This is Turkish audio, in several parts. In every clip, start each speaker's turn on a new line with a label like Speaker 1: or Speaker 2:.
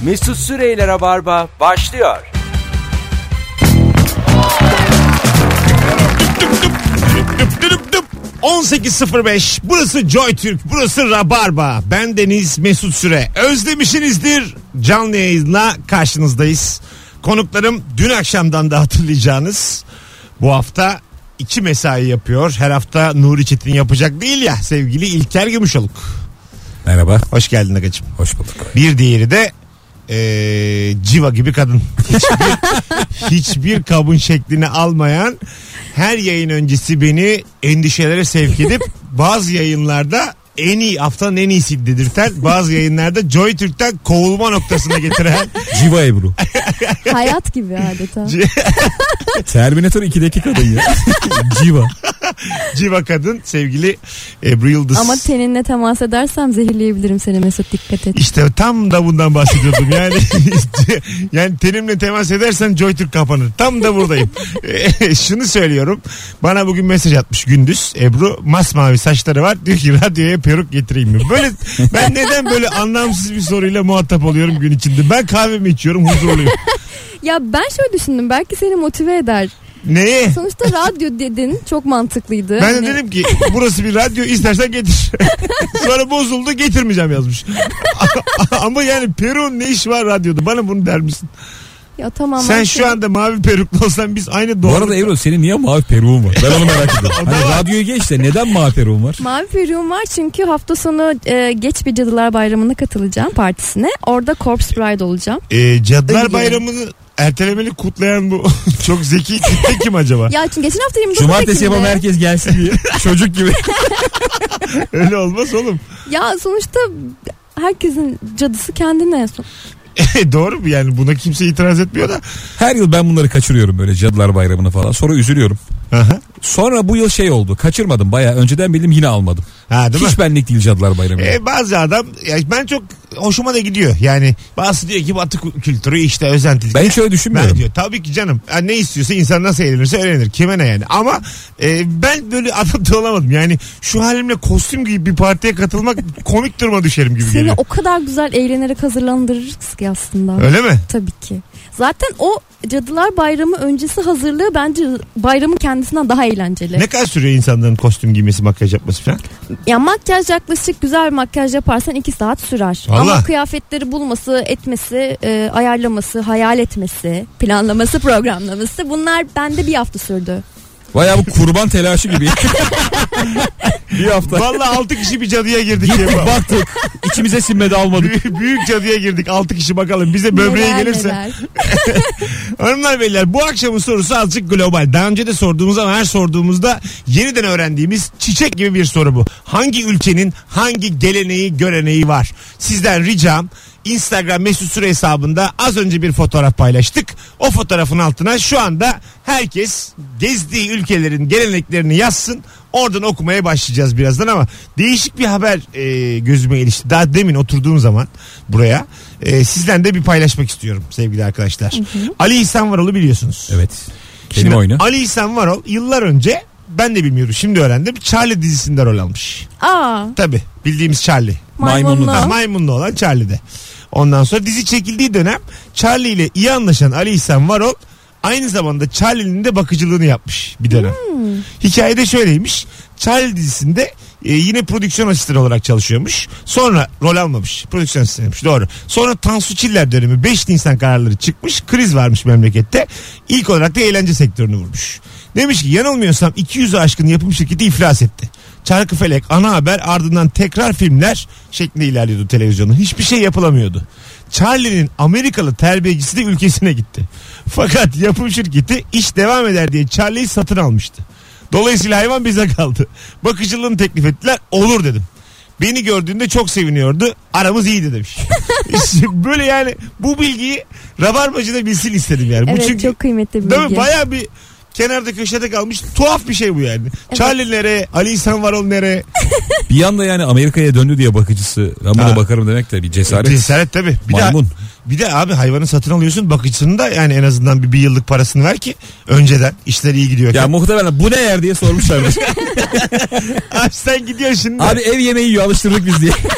Speaker 1: Mesut Süreyle Rabarba başlıyor.
Speaker 2: 18.05 burası JoyTürk, burası Rabarba. Ben Deniz Mesut Süre. Özlemişsinizdir, canlı yayınla karşınızdayız. Konuklarım dün akşamdan da hatırlayacağınız bu hafta 2 mesai yapıyor. Her hafta Nuri Çetin yapacak değil ya, sevgili İlker Gümüşoluk.
Speaker 3: Merhaba.
Speaker 2: Hoş geldin Agacığım.
Speaker 3: Hoş bulduk.
Speaker 2: Bir diğeri de civa gibi kadın. Hiçbir kabın şeklini almayan, her yayın öncesi beni endişelere sevk edip bazı yayınlarda en iyi, haftanın en iyisi dedirten, bazı yayınlarda JoyTürk'ten kovulma noktasına getiren
Speaker 3: Civa Ebru.
Speaker 4: Hayat gibi adeta.
Speaker 3: Terminator 2'deki kadın ya. Civa.
Speaker 2: Civa kadın sevgili Ebru Yıldız.
Speaker 4: Ama teninle temas edersem zehirleyebilirim seni Mesut, dikkat et.
Speaker 2: İşte tam da bundan bahsediyordum yani. Yani tenimle temas edersen JoyTürk kapanır. Tam da buradayım. Şunu söylüyorum. Bana bugün mesaj atmış gündüz Ebru. Masmavi saçları var. Diyor ki radyoya peruk getireyim mi? Böyle ben neden böyle anlamsız bir soruyla muhatap oluyorum gün içinde? Ben kahvemi içiyorum, huzurluyum.
Speaker 4: Ya ben şöyle düşündüm, belki seni motive eder.
Speaker 2: Neye?
Speaker 4: Sonuçta radyo dedin, çok mantıklıydı.
Speaker 2: Ben de dedim ki burası bir radyo, istersen getir. Sonra bozuldu, getirmeyeceğim yazmış. Ama yani peruğun ne işi var radyoda? Bana bunu der misin?
Speaker 4: Ya tamam.
Speaker 2: Sen şu anda mavi peruklu olsan biz aynı doğru.
Speaker 3: Bu arada Ebru, senin niye mavi peruğun var? Ben onu merak ediyorum. Hani radyoyu geç de neden mavi peruğun var?
Speaker 4: Mavi peruğum var çünkü hafta sonu geç bir Cadılar Bayramı'na katılacağım, partisine. Orada Corpse Bride olacağım.
Speaker 2: Cadılar Bayramı'nı ertelemeli kutlayan bu çok zeki kitle kim acaba?
Speaker 4: Ya çünkü geçen hafta 29
Speaker 3: Cumartesi yapalım, herkes gelsin diye. Çocuk gibi.
Speaker 2: Öyle olmaz oğlum.
Speaker 4: Ya sonuçta herkesin cadısı kendine en son.
Speaker 2: Doğru mu yani, buna kimse itiraz etmiyor da.
Speaker 3: Her yıl ben bunları kaçırıyorum, böyle Cadılar Bayramı'nı falan. Sonra üzülüyorum.
Speaker 2: Aha.
Speaker 3: Sonra bu yıl şey oldu. Kaçırmadım, bayağı önceden bildim, yine almadım.
Speaker 2: Ha, değil
Speaker 3: Hiç
Speaker 2: mi?
Speaker 3: benlik değil Cadılar Bayramı.
Speaker 2: Bazı adam ya, ben çok hoşuma da gidiyor. Yani bazısı diyor ki Batı kültürü işte özentilik.
Speaker 3: Ben hiç öyle düşünmüyorum.
Speaker 2: Ben diyor tabii ki canım. Yani ne istiyorsa insan nasıl eğlenirse öğrenir. Kime ne yani. Ama ben böyle adapte olamadım. Yani şu halimle kostüm giyip bir partiye katılmak komik duruma düşerim gibi
Speaker 4: Seni
Speaker 2: geliyor.
Speaker 4: o kadar güzel eğlenerek hazırlandırırız ki aslında.
Speaker 2: Öyle mi?
Speaker 4: Tabii ki. Zaten o Cadılar Bayramı öncesi hazırlığı bence bayramın kendisinden daha eğlenceli.
Speaker 2: Ne kadar sürüyor insanların kostüm giymesi, makyaj yapması falan?
Speaker 4: Ya makyaj, yaklaşık güzel bir makyaj yaparsan 2 saat sürer.
Speaker 2: Vallahi.
Speaker 4: Ama kıyafetleri bulması, etmesi, ayarlaması, hayal etmesi, planlaması, programlaması, bunlar bende bir hafta sürdü.
Speaker 3: Bayağı bu kurban telaşı gibi. Bir hafta.
Speaker 2: Vallahi 6 kişi bir cadıya girdik.
Speaker 3: Baktık. İçimize sinmedi, almadık.
Speaker 2: Büyük cadıya girdik 6 kişi, bakalım bize böbreğe
Speaker 4: Neler
Speaker 2: gelirse.
Speaker 4: neler.
Speaker 2: Hanımlar beyler, bu akşamın sorusu azıcık global. Daha önce de sorduğumuz ama her sorduğumuzda yeniden öğrendiğimiz çiçek gibi bir soru bu. Hangi ülkenin hangi geleneği, göreneği var? Sizden ricam, Instagram Mesut Süre hesabında az önce bir fotoğraf paylaştık. O fotoğrafın altına şu anda herkes gezdiği ülkelerin geleneklerini yazsın. Oradan okumaya başlayacağız birazdan ama değişik bir haber gözüme ilişti. Daha demin oturduğum zaman buraya sizden de bir paylaşmak istiyorum sevgili arkadaşlar. Hı hı. Ali İhsan Varol'u biliyorsunuz.
Speaker 3: Evet.
Speaker 2: Şimdi
Speaker 3: Benim oyunu.
Speaker 2: Ali İhsan Varol yıllar önce, ben de bilmiyordum, şimdi öğrendim, Charlie dizisinde rol almış. Tabii bildiğimiz Charlie.
Speaker 4: Maymunlu.
Speaker 2: Maymunlu olan Charlie'de. Ondan sonra dizi çekildiği dönem Charlie ile iyi anlaşan Ali İhsan Varol aynı zamanda Charlie'nin de bakıcılığını yapmış bir dönem. Hikayede şöyleymiş. Charlie dizisinde yine prodüksiyon asistanı olarak çalışıyormuş. Sonra rol almamış. Prodüksiyon asistanıymış, doğru. Sonra Tansu Çiller dönemi 5 Nisan kararları çıkmış. Kriz varmış memlekette. İlk olarak da eğlence sektörünü vurmuş. Demiş ki yanılmıyorsam 200'ü aşkın yapım şirketi iflas etti. Çarkıfelek, ana haber, ardından tekrar filmler şeklinde ilerliyordu televizyonda. Hiçbir şey yapılamıyordu. Charlie'nin Amerikalı terbiyecisi de ülkesine gitti. Fakat yapım şirketi iş devam eder diye Charlie'yi satın almıştı. Dolayısıyla hayvan bize kaldı. Bakıcılığını teklif ettiler. Olur dedim. Beni gördüğünde çok seviniyordu. Aramız iyiydi demiş. Böyle yani bu bilgiyi Rabarbacı da bilsin istedim yani.
Speaker 4: Evet,
Speaker 2: bu çünkü,
Speaker 4: çok kıymetli bir
Speaker 2: değil
Speaker 4: bilgi.
Speaker 2: mi? Bayağı bir kenarda köşede kalmış tuhaf bir şey bu yani. Evet. Charlie nereye? Ali İhsan Varol nereye?
Speaker 3: Bir yanda yani Amerika'ya döndü diye bakıcısı. Ben buna bakarım demek de bir cesaret.
Speaker 2: Cesaret tabii.
Speaker 3: Maymun.
Speaker 2: Bir de abi hayvanı satın alıyorsun, bakıcısını da yani en azından bir yıllık parasını ver ki önceden işler iyi gidiyorken.
Speaker 3: Ya muhtemelen bu ne yer diye sormuşlar.
Speaker 2: Abi sen gidiyorsun şimdi.
Speaker 3: Abi ev yemeği yiyor, alıştırdık biz diye.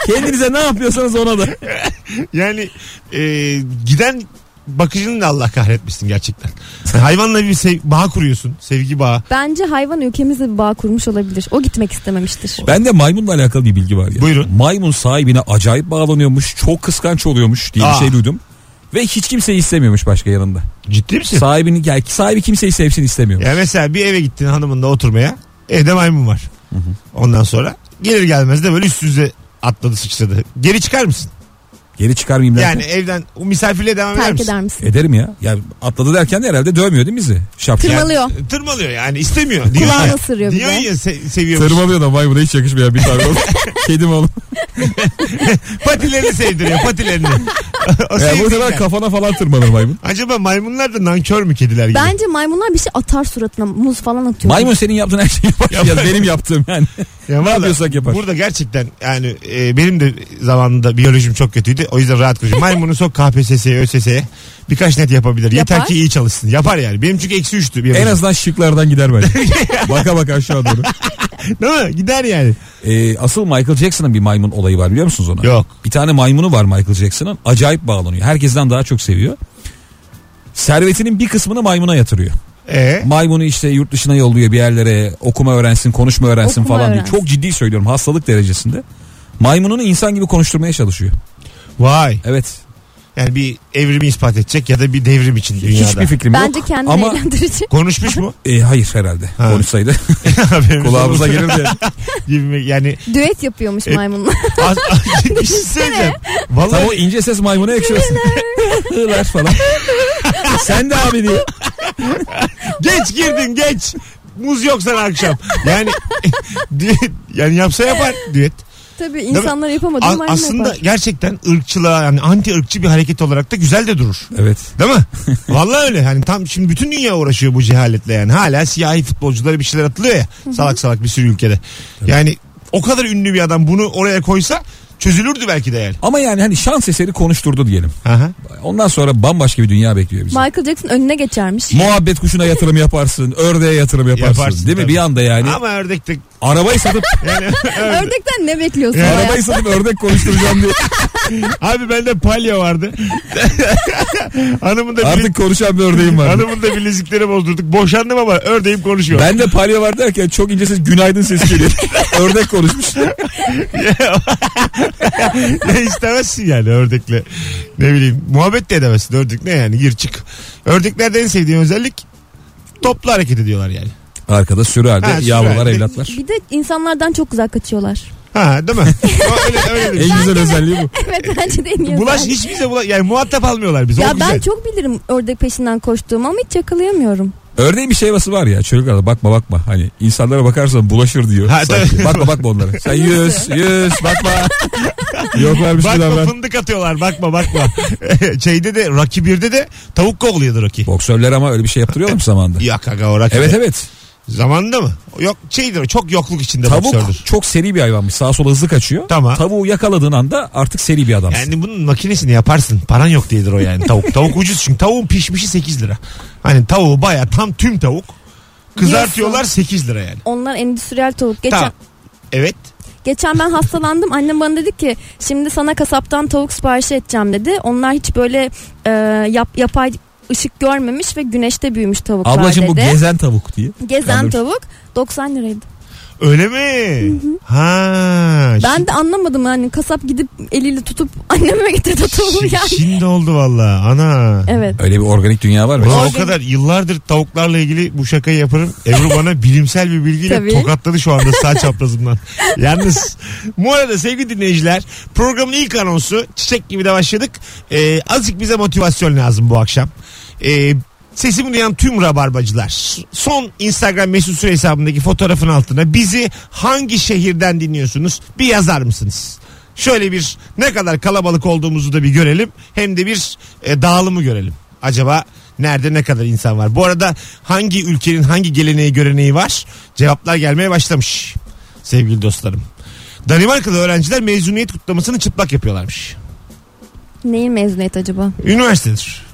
Speaker 3: Kendinize ne yapıyorsanız ona da.
Speaker 2: Yani giden bakıcının da Allah kahretmesin gerçekten. Yani hayvanla bir bağ kuruyorsun. Sevgi bağı.
Speaker 4: Bence hayvan ülkemizle bir bağ kurmuş olabilir. O gitmek istememiştir.
Speaker 3: Bende maymunla alakalı bir bilgi var ya.
Speaker 2: Buyurun.
Speaker 3: Maymun sahibine acayip bağlanıyormuş. Çok kıskanç oluyormuş diye bir şey duydum. Ve hiç kimseyi istemiyormuş başka yanında.
Speaker 2: Ciddi misin?
Speaker 3: Sahibi kimseyi sevsin istemiyor.
Speaker 2: Ya mesela bir eve gittin hanımınla oturmaya. Evde maymun var. Ondan sonra gelir gelmez de böyle üstünüze atladı sıçradı. Geri çıkar mısın?
Speaker 3: Geri çıkar mıyım derken?
Speaker 2: Yani evden o misafirliğe devam eder
Speaker 4: Terk
Speaker 2: misin?
Speaker 4: eder misin?
Speaker 3: Ederim ya. Ya atladı derken de herhalde dövmüyor değil mi bizi? Şapşal.
Speaker 4: Tırmalıyor.
Speaker 2: Yani, tırmalıyor yani istemiyor. Diyor
Speaker 4: Kulağını
Speaker 2: ya,
Speaker 4: ısırıyor
Speaker 2: diyor
Speaker 4: bize.
Speaker 2: ya seviyormuş.
Speaker 3: Tırmalıyor da maymuna hiç yakışmıyor bir tane. Kedim oğlum.
Speaker 2: Patilerini sevdiriyor patilerini. O
Speaker 3: Ya
Speaker 2: sevdiği
Speaker 3: bu sefer
Speaker 2: yani.
Speaker 3: kafana falan tırmanır maymun.
Speaker 2: Acaba maymunlar da nankör mü kediler gibi?
Speaker 4: Bence maymunlar bir şey atar suratına. Muz falan atıyor.
Speaker 3: Maymun senin yaptığın her şeyi yapar. Ya benim yaptığım yani.
Speaker 2: Ya
Speaker 3: Ne
Speaker 2: vallahi
Speaker 3: yapıyorsak yapar.
Speaker 2: Burada gerçekten yani benim de zamanında biyolojim çok kötüydü. O yüzden rahat konuşuyorum. Maymunu sok KPSS'ye, ÖSS'ye birkaç net yapabilir.
Speaker 4: Yapar.
Speaker 2: Yeter ki iyi çalışsın. Yapar yani. Benim çünkü -3'tü biyolojim.
Speaker 3: En azından şıklardan gider bence. Baka baka aşağı doğru.
Speaker 2: Değil mi? Gider yani.
Speaker 3: Asıl Michael Jackson'ın bir maymun olayı var biliyor musunuz ona?
Speaker 2: Yok.
Speaker 3: Bir tane maymunu var Michael Jackson'ın. Acayip bağlanıyor. Herkesten daha çok seviyor. Servetinin bir kısmını maymuna yatırıyor. Maymunu işte yurt dışına yolluyor bir yerlere, okuma öğrensin, konuşma öğrensin
Speaker 4: Okuma
Speaker 3: falan diye.
Speaker 4: öğrensin.
Speaker 3: Çok ciddi söylüyorum, hastalık derecesinde. Maymununu insan gibi konuşturmaya çalışıyor.
Speaker 2: Vay.
Speaker 3: Evet.
Speaker 2: Yani bir evrimi ispat edecek ya da bir devrim için dünyada.
Speaker 3: Hiçbir fikrim yok.
Speaker 4: Bence kendini
Speaker 3: Ama
Speaker 4: eğlendirici.
Speaker 2: Konuşmuş mu?
Speaker 3: hayır herhalde.
Speaker 2: Ha.
Speaker 3: Konuşsaydı
Speaker 2: Haberimiz
Speaker 3: kulağımıza
Speaker 2: olur.
Speaker 3: girirdi.
Speaker 2: Gibi yani
Speaker 4: Düet yapıyormuş maymunla.
Speaker 2: bir şey söyleyeceğim.
Speaker 3: Tam
Speaker 2: Vallahi
Speaker 3: o ince ses maymuna yakışıyorsun. Hılar falan. Sen de abi diye.
Speaker 2: geç girdin geç. Muz yok sana akşam. Yani yani yapsa yapar düet.
Speaker 4: Tabii insanlar yapamadı. maymun
Speaker 2: Aslında
Speaker 4: yapar.
Speaker 2: gerçekten ırkçılığa yani anti ırkçı bir hareket olarak da güzel de durur.
Speaker 3: Evet.
Speaker 2: Değil mi? Vallahi öyle. Hani tam şimdi bütün dünya uğraşıyor bu cehaletle yani. Hala siyahi futbolculara bir şeyler atılıyor ya. Salak salak bir sürü ülkede. Yani o kadar ünlü bir adam bunu oraya koysa çözülürdü belki de yani.
Speaker 3: Ama yani hani şans eseri konuşturdu diyelim.
Speaker 2: Aha.
Speaker 3: Ondan sonra bambaşka bir dünya bekliyor bizi.
Speaker 4: Michael Jackson önüne geçermiş.
Speaker 3: Muhabbet kuşuna yatırım yaparsın, ördeğe yatırım yaparsın. Değil mi?
Speaker 2: tabii.
Speaker 3: Bir anda yani.
Speaker 2: Ama ördek de
Speaker 3: Arabayı satıp
Speaker 2: yani
Speaker 4: Ördekten ne bekliyorsun?
Speaker 2: Ya,
Speaker 4: o
Speaker 3: arabayı satıp ördek konuşturacağım diye.
Speaker 2: abi bende palya vardı. Hanımın da
Speaker 3: Artık konuşan bir ördeğim var.
Speaker 2: hanımın da bilezikleri bozdurduk. Boşandım ama ördeğim konuşuyor.
Speaker 3: Ben de palya var derken çok ince ses günaydın sesi geliyor. Ördek konuşmuş.
Speaker 2: Ya istemezsin yani ördekle. Ne bileyim muhabbet de edemezsin ördek ne yani gir çık. Ördeklerde en sevdiğim özellik toplu hareket ediyorlar yani.
Speaker 3: Arkada sürü halde
Speaker 2: Ha, sürü
Speaker 3: yavrular
Speaker 2: halde.
Speaker 3: evlatlar.
Speaker 4: Bir de insanlardan çok güzel kaçıyorlar.
Speaker 2: Ha değil mi? öyle bir
Speaker 3: En güzel özelliği bu.
Speaker 4: Evet bence de en iyi
Speaker 2: Bulaş
Speaker 4: özellik.
Speaker 2: hiç bize yani muhatap almıyorlar bizi.
Speaker 4: Ya
Speaker 2: O güzel.
Speaker 4: ben çok bilirim ördek peşinden koştuğumu ama hiç yakalayamıyorum.
Speaker 3: Ördeğin bir şey havası var ya çocuklar bakma hani insanlara bakarsan bulaşır diyor.
Speaker 2: Ha,
Speaker 3: sanki.
Speaker 2: tabii.
Speaker 3: Bakma onlara. Sen yüz bakma. Yok vermiş bir
Speaker 2: Bakma
Speaker 3: davran.
Speaker 2: fındık atıyorlar bakma. Şeyde de Rocky 1'de de tavuk kovalıyordu Rocky.
Speaker 3: Boksörler ama öyle bir şey yaptırıyor mu zamanında?
Speaker 2: Yok aga o Rocky.
Speaker 3: Evet.
Speaker 2: Zamanında mı? Yok şeydir o çok yokluk içinde boksördür.
Speaker 3: Tavuk çok seri bir hayvanmış. Sağa sola hızlı kaçıyor.
Speaker 2: Tamam.
Speaker 3: Tavuğu yakaladığın anda artık seri bir adamsın.
Speaker 2: Yani bunun makinesini yaparsın. Paran yok diyedir o yani tavuk. Tavuk ucuz çünkü tavuğun pişmişi 8 lira. Hani tavuğu baya tam tüm tavuk. Kızartıyorlar 8 lira yani.
Speaker 4: Onlar endüstriyel tavuk.
Speaker 2: Tamam. Evet.
Speaker 4: Geçen ben hastalandım. Annem bana dedi ki şimdi sana kasaptan tavuk siparişi edeceğim dedi. Onlar hiç böyle yapay ışık görmemiş ve güneşte büyümüş tavuklar
Speaker 3: Ablacığım
Speaker 4: dedi.
Speaker 3: bu gezen tavuk diye.
Speaker 4: Gezen
Speaker 3: Kaldır.
Speaker 4: tavuk 90 liraydı.
Speaker 2: Öyle mi? Ha.
Speaker 4: Ben de anlamadım hani kasap gidip eliyle tutup anneme getirdi tavuğu yani.
Speaker 2: Şimdi oldu valla. Ana.
Speaker 4: Evet.
Speaker 3: Öyle bir organik dünya var mı?
Speaker 2: Ulan o kadar yıllardır tavuklarla ilgili bu şakayı yaparım. Ebru bana bilimsel bir bilgiyle
Speaker 4: Tabii.
Speaker 2: tokatladı şu anda sağ çaprazımdan. Yalnız bu arada sevgili dinleyiciler programın ilk anonsu çiçek gibi de başladık. Azıcık bize motivasyon lazım bu akşam. Sesimi duyan tüm rabarbacılar son Instagram mesut süre hesabındaki fotoğrafın altına bizi hangi şehirden dinliyorsunuz bir yazar mısınız? Şöyle bir ne kadar kalabalık olduğumuzu da bir görelim hem de bir dağılımı görelim. Acaba nerede ne kadar insan var? Bu arada hangi ülkenin hangi geleneği göreneği var? Cevaplar gelmeye başlamış sevgili dostlarım. Danimarkalı öğrenciler mezuniyet kutlamasını çıplak yapıyorlarmış.
Speaker 4: Neyin mezuniyet acaba?
Speaker 2: Üniversitedir.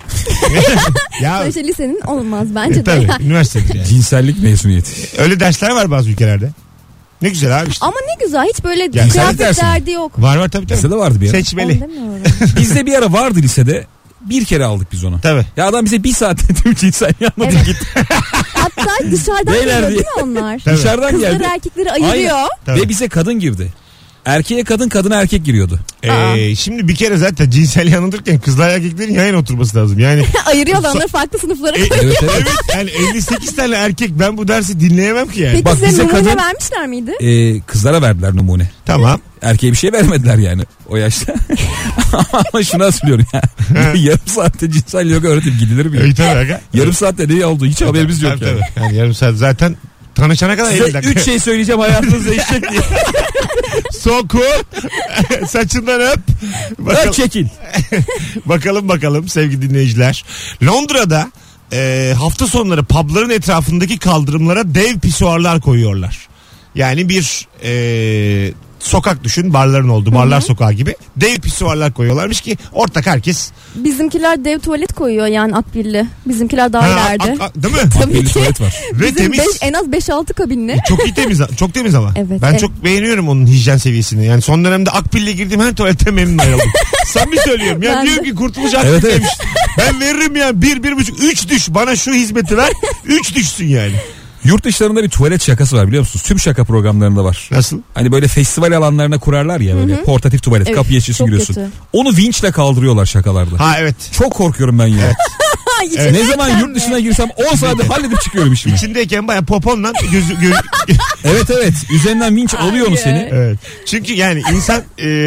Speaker 2: Ya
Speaker 4: Sonuçta lisenin olmaz bence de.
Speaker 2: tabii
Speaker 4: Yani.
Speaker 2: üniversitedir yani.
Speaker 3: Cinsellik mezuniyeti.
Speaker 2: Öyle dersler var bazı ülkelerde. Ne güzel abi işte.
Speaker 4: Ama ne güzel, hiç böyle
Speaker 3: sen
Speaker 4: kıyafet
Speaker 3: dersin.
Speaker 4: derdi yok.
Speaker 2: Var tabii.
Speaker 3: Lisede vardı bir ara.
Speaker 2: Seçmeli.
Speaker 3: Bizde bir ara vardı lisede. Bir kere aldık biz onu.
Speaker 2: Tabii.
Speaker 3: Ya adam bize bir saatte tüm cinsel anladı
Speaker 4: Evet.
Speaker 3: gitti.
Speaker 4: Hatta dışarıdan
Speaker 3: Beyler
Speaker 4: geliyor
Speaker 3: diye.
Speaker 4: değil mi onlar?
Speaker 2: Tabii.
Speaker 3: Dışarıdan
Speaker 4: Kızları
Speaker 3: geldi.
Speaker 4: erkekleri ayırıyor.
Speaker 2: Tabii.
Speaker 3: Ve bize kadın girdi. Erkeğe kadın, kadına erkek giriyordu.
Speaker 2: Şimdi bir kere zaten cinsel yanılırken kızlar erkeklerin yan yana oturması lazım. Yani
Speaker 4: Ayırıyorlar onları farklı sınıflara.
Speaker 3: Evet.
Speaker 2: evet yani 58 tane erkek ben bu dersi dinleyemem ki yani.
Speaker 4: Peki
Speaker 3: Bak,
Speaker 4: size
Speaker 3: bize
Speaker 4: numune
Speaker 3: kadın-
Speaker 4: vermişler miydi?
Speaker 3: Kızlara verdiler numune.
Speaker 2: Tamam.
Speaker 3: Erkeğe bir şey vermediler yani o yaşta. Ama şunu hatırlıyorum ya. Yarım saatte cinsel yoga öğretip gidilir mi?
Speaker 2: Evet tabii. Aga.
Speaker 3: Yarım saatte ne oldu hiç haberimiz yok
Speaker 2: Tabii,
Speaker 3: yani.
Speaker 2: tabii. Yani yarım saat zaten tanışana kadar 50
Speaker 3: Size
Speaker 2: dakika.
Speaker 3: 3 şey söyleyeceğim hayatınız değişecek diye.
Speaker 2: Soku, saçından öp.
Speaker 3: Öp çekil.
Speaker 2: Bakalım sevgili dinleyiciler. Londra'da hafta sonları pubların etrafındaki kaldırımlara dev pisuarlar koyuyorlar. Yani bir sokak düşün, barların olduğu barlar sokağı gibi dev pisuarlar koyuyorlarmış ki ortak herkes.
Speaker 4: Bizimkiler dev tuvalet koyuyor yani akbilli. Bizimkiler daha ileride.
Speaker 2: Değil mi?
Speaker 3: Belli tuvalet var.
Speaker 2: Ve
Speaker 4: Bizim
Speaker 2: temiz.
Speaker 4: en az 5-6 kabinli.
Speaker 2: Çok iyi temiz, çok temiz ama.
Speaker 4: Evet,
Speaker 2: ben
Speaker 4: evet.
Speaker 2: çok beğeniyorum onun hijyen seviyesini. Yani son dönemde Akbil'le girdiğim her tuvalete memnun ayrıldım. Samimi söylüyorum. Ya
Speaker 4: Ben
Speaker 2: diyorum
Speaker 4: de.
Speaker 2: ki Kurtuluş Akbil
Speaker 3: Evet, evet.
Speaker 2: demiş. Ben veririm ya 1,5 3 düş bana şu hizmeti ver. 3 düşsün yani.
Speaker 3: Yurt dışlarında bir tuvalet şakası var biliyor musunuz? Tüm şaka programlarında var.
Speaker 2: Nasıl?
Speaker 3: Hani böyle festival alanlarına kurarlar ya böyle portatif tuvalet,
Speaker 4: Evet,
Speaker 3: kapıyı açıyorsun
Speaker 4: çok
Speaker 3: giriyorsun.
Speaker 4: kötü.
Speaker 3: Onu vinçle kaldırıyorlar şakalarda.
Speaker 2: Ha evet.
Speaker 3: Çok korkuyorum ben ya.
Speaker 4: İçindeyken
Speaker 3: Ne zaman
Speaker 4: mi?
Speaker 3: yurt dışına girsem 10 saatte halledip çıkıyorum işimi.
Speaker 2: İçindeyken baya poponla
Speaker 3: Evet. Üzerinden vinç alıyor onu seni.
Speaker 2: evet. Çünkü yani insan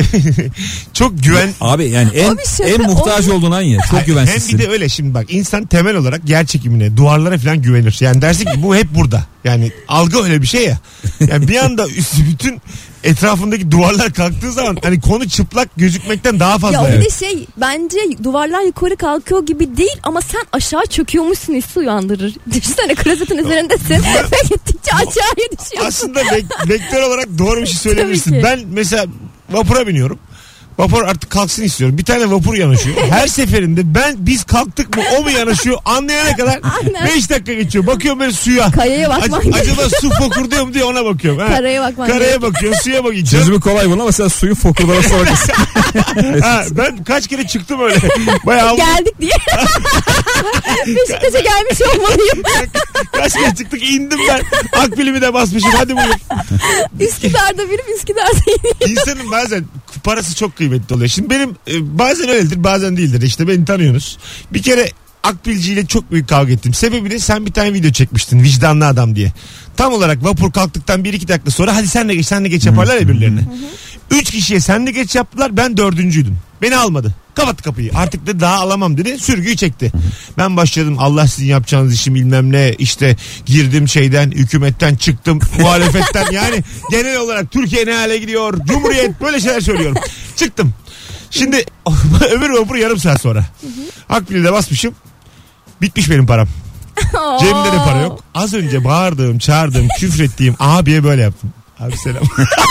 Speaker 2: çok güven.
Speaker 3: Abi yani
Speaker 4: Abi şaka,
Speaker 3: en muhtaç olduğun an ya. Çok
Speaker 2: Hem
Speaker 3: güvensizsin.
Speaker 2: bir de öyle şimdi bak insan temel olarak yer çekimine duvarlara falan güvenir. Yani dersin ki bu hep burada. Yani algı öyle bir şey ya. Yani bir anda bütün etrafındaki duvarlar kalktığı zaman hani konu çıplak gözükmekten daha fazla.
Speaker 4: Ya o
Speaker 2: yani.
Speaker 4: bir de şey, bence duvarlar yukarı kalkıyor gibi değil ama sen aşağı çöküyormuşsun hissi uyandırır. Düşünsene klozetin üzerindesin ve gittikçe aşağıya düşüyorsun.
Speaker 2: Aslında vektör olarak doğru bir şey söyleyebilirsin.
Speaker 4: Tabii ki.
Speaker 2: Ben mesela vapura biniyorum. Vapur artık kalksın istiyorum. Bir tane vapur yanaşıyor. Her seferinde biz kalktık mı o mu yanaşıyor anlayana kadar
Speaker 4: Aynen.
Speaker 2: 5 dakika geçiyor. Bakıyorum ben suya.
Speaker 4: Kayaya bakman
Speaker 2: Acaba su fokurduyor mu diye ona bakıyorum. Ha.
Speaker 4: Karaya bakman
Speaker 2: Karaya bakıyorum, suya bakıyorum.
Speaker 3: Çözümü kolay bunun ama sen suyun fokurdaması bakıyorsun.
Speaker 2: Ha, ben kaç kere çıktım öyle. Bayağı
Speaker 4: geldik diye. Beşiktaş'a gelmiş olmalıyım.
Speaker 2: kaç kere çıktık indim ben. Akbilimi de basmışım hadi buyur.
Speaker 4: Üsküdar'da binip Üsküdar'da ineyim.
Speaker 2: İnsanın bazen parası çok kıymetli oluyor. Şimdi benim bazen öyledir bazen değildir. İşte beni tanıyorsunuz. Bir kere Akbilci ile çok büyük kavga ettim. Sebebi de sen bir tane video çekmiştin vicdanlı adam diye. Tam olarak vapur kalktıktan 1-2 dakika sonra hadi sen de geç yaparlar ya birilerine. 3 kişiye sen de geç yaptılar ben 4.'üydüm. Beni almadı. Kapattı kapıyı. Artık da daha alamam dedi. Sürgüyü çekti. Ben başladım Allah sizin yapacağınız işi bilmem ne. İşte girdim şeyden hükümetten çıktım muhalefetten. Yani genel olarak Türkiye ne hale gidiyor. Cumhuriyet böyle şeyler söylüyorum. Çıktım. Şimdi öbür vapur yarım saat sonra. Akbil'e de basmışım. Bitmiş benim param. Cebimde de para yok. Az önce bağırdığım, çağırdığım, küfrettiğim abiye böyle yaptım. Abi selam.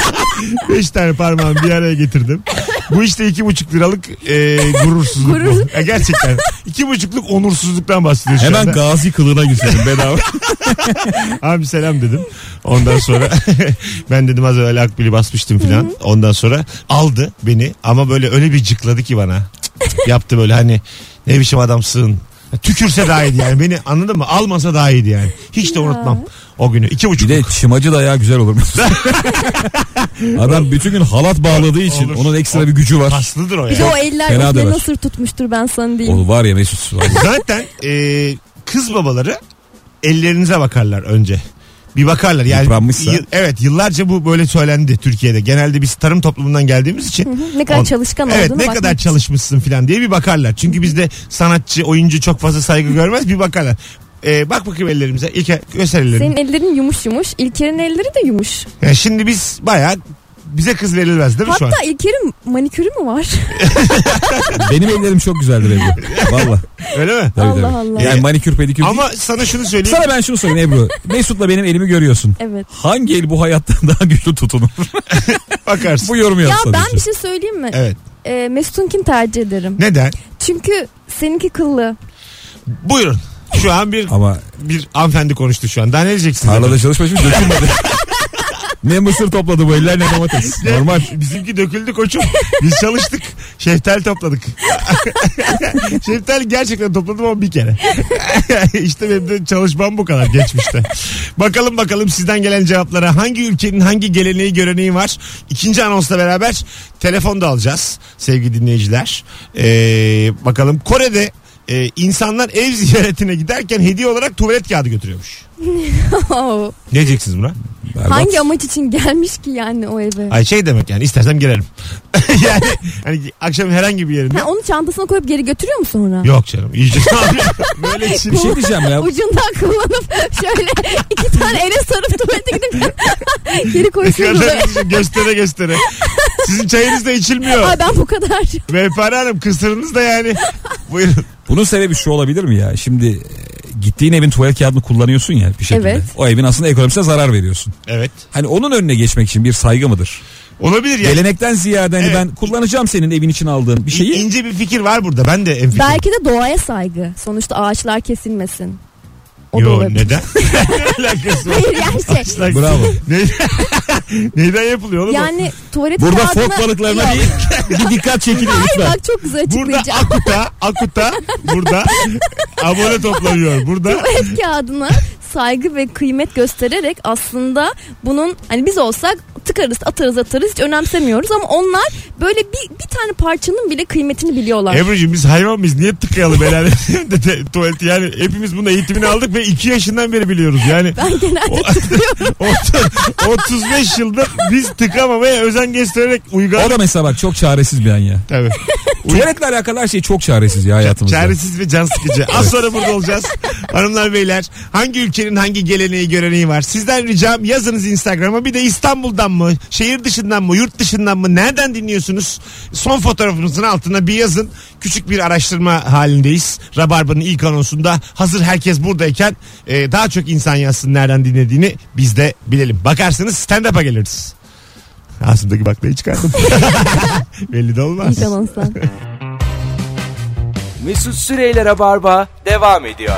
Speaker 2: 5 tane parmağımı bir araya getirdim. Bu işte 2,5 liralık gurursuzluk bu. Ya gerçekten 2,5'luk onursuzluktan bahsediyoruz şu
Speaker 3: Hemen
Speaker 2: anda.
Speaker 3: gazi kılığına girselim bedava.
Speaker 2: Abi selam dedim. Ondan sonra ben dedim az evvel Akbil'i basmıştım filan. Ondan sonra aldı beni ama böyle öyle bir cıkladı ki bana. Yaptı böyle hani ne biçim adamsın. Tükürse daha iyiydi yani. Beni anladın mı? Almasa daha iyiydi yani. Hiç de unutmam o günü. 2,5.
Speaker 3: Bir de çımacı dayağı güzel olur. Adam bütün gün halat bağladığı için
Speaker 2: Olur.
Speaker 3: onun ekstra bir gücü var.
Speaker 2: Paslıdır o
Speaker 4: Bir de
Speaker 2: ya.
Speaker 4: o eller
Speaker 3: Fena
Speaker 4: öfle
Speaker 3: döver.
Speaker 4: nasıl tutmuştur ben sana diyeyim.
Speaker 3: O var ya Mesut.
Speaker 2: Zaten kız babaları ellerinize bakarlar önce. Bir bakarlar yani.
Speaker 3: Yıpranmışsa.
Speaker 2: Evet yıllarca bu böyle söylendi Türkiye'de. Genelde biz tarım toplumundan geldiğimiz için.
Speaker 4: Ne kadar çalışkan
Speaker 2: Evet
Speaker 4: olduğunu
Speaker 2: ne
Speaker 4: bakmak
Speaker 2: kadar
Speaker 4: için.
Speaker 2: çalışmışsın falan diye bir bakarlar. Çünkü bizde sanatçı, oyuncu çok fazla saygı görmez bir bakarlar. Bak bakayım ellerimize. İlk göster ellerini.
Speaker 4: Senin ellerin yumuş yumuş. İlker'in elleri de yumuş.
Speaker 2: Yani şimdi biz bayağı bize kız verilmez değil mi şu an?
Speaker 4: Hatta İlker'in manikürü mü var?
Speaker 3: Benim ellerim çok güzeldir Ebru. Valla.
Speaker 2: Öyle mi?
Speaker 3: Tabii,
Speaker 4: Allah
Speaker 3: tabii.
Speaker 4: Allah.
Speaker 3: Yani manikür pedikür değil.
Speaker 2: Ama sana şunu söyleyeyim.
Speaker 3: Sana ben şunu söyleyeyim Ebru. Mesut'la benim elimi görüyorsun.
Speaker 4: Evet.
Speaker 3: Hangi el bu hayattan daha güçlü tutunur?
Speaker 2: Bakarsın.
Speaker 3: Bu yorumu
Speaker 4: Ya
Speaker 3: yapsana.
Speaker 4: ben bir şey söyleyeyim mi?
Speaker 2: Evet.
Speaker 4: Mesut'unkini tercih ederim.
Speaker 2: Neden?
Speaker 4: Çünkü seninki kıllı.
Speaker 2: Buyurun. Şu an
Speaker 3: Ama
Speaker 2: bir hanımefendi konuştu şu an. Daha ne diyeceksiniz?
Speaker 3: tarlada çalışma şimdi dökülmedi. Ne mısır topladı bu eller ne domates. Normal.
Speaker 2: Bizimki döküldü koçum. Biz çalıştık. Şeftali topladık. Şeftali gerçekten topladım ama bir kere. İşte benim de çalışmam bu kadar geçmişte. Bakalım sizden gelen cevaplara. Hangi ülkenin hangi geleneği göreneği var? İkinci anonsla beraber telefon da alacağız sevgili dinleyiciler. Bakalım Kore'de insanlar ev ziyaretine giderken hediye olarak tuvalet kağıdı götürüyormuş. Ne diyeceksiniz buna?
Speaker 4: Hangi amaç için gelmiş ki yani o eve?
Speaker 2: Ay şey demek yani istersem girerim. Yani hani akşam herhangi bir yerinde.
Speaker 4: Onu çantasına koyup geri götürüyor mu sonra?
Speaker 2: Yok canım. İyice böyle
Speaker 3: bir şey diyeceğim ya.
Speaker 4: Ucundan kullanıp şöyle 2 tane ele sarıp tuvalete gidip geri koyuyorsunuz.
Speaker 2: Göstere. Sizin çayınız da içilmiyor.
Speaker 4: Ay ben bu kadar.
Speaker 2: Mehpare Hanım kısırınız da yani. Buyurun.
Speaker 3: Bunun sebebi şu olabilir mi ya? Şimdi gittiğin evin tuvalet kağıdını kullanıyorsun ya bir şekilde. Evet. O evin aslında ekonomisine zarar veriyorsun.
Speaker 2: Evet.
Speaker 3: Hani onun önüne geçmek için bir saygı mıdır?
Speaker 2: Olabilir yani.
Speaker 3: Gelenekten ziyade hani ben kullanacağım senin evin için aldığın bir şeyi.
Speaker 2: İnce bir fikir var burada. Ben de en fikir.
Speaker 4: Belki de doğaya saygı. Sonuçta ağaçlar kesilmesin.
Speaker 2: Yo neden? Ne alakası var?
Speaker 4: Hayır yani
Speaker 3: Bravo.
Speaker 2: Neyden yapılıyor oğlum?
Speaker 4: Yani tuvalet
Speaker 3: burada fok balıklarına bir dikkat çekiliyor lütfen.
Speaker 4: Hayır bak çok güzel açıklayacağım.
Speaker 2: Burada Akuta burada abone toplanıyor. Burada
Speaker 4: tuvalet kağıdına saygı ve kıymet göstererek aslında bunun hani biz olsak tıkarız atarız hiç önemsemiyoruz ama onlar böyle bir tane parçanın bile kıymetini biliyorlar.
Speaker 2: Ebru'cum biz hayvan mıyız? Niye tıkayalım herhalde tuvaleti yani hepimiz bunun eğitimini aldık ve 2 yaşından beri biliyoruz yani.
Speaker 4: Ben genelde tıklıyorum.
Speaker 2: 35 yıldır biz tıkamamaya özen göstererek uygar.
Speaker 3: O da mesela bak çok çaresiz bir an ya.
Speaker 2: Tabii.
Speaker 3: Tuvaletle alakalı her şey çok çaresiz ya hayatımızda.
Speaker 2: Çaresiz ve can sıkıcı. Az sonra burada olacağız. Hanımlar beyler hangi ülkenin hangi geleneği göreneği var? Sizden ricam yazınız Instagram'a. Bir de İstanbul'dan mı? Şehir dışından mı? Yurt dışından mı? Nereden dinliyorsunuz? Son fotoğrafınızın altına bir yazın. Küçük bir araştırma halindeyiz. Rabarba'nın ilk anonsunda hazır herkes buradayken daha çok insan yazsın nereden dinlediğini biz de bilelim. Bakarsınız stand-up'a geliriz. Ağzımdaki baklayı çıkardım. Belli de olmaz.
Speaker 4: İlk anonsdan.
Speaker 1: Mesut Süreyler'e barba devam ediyor.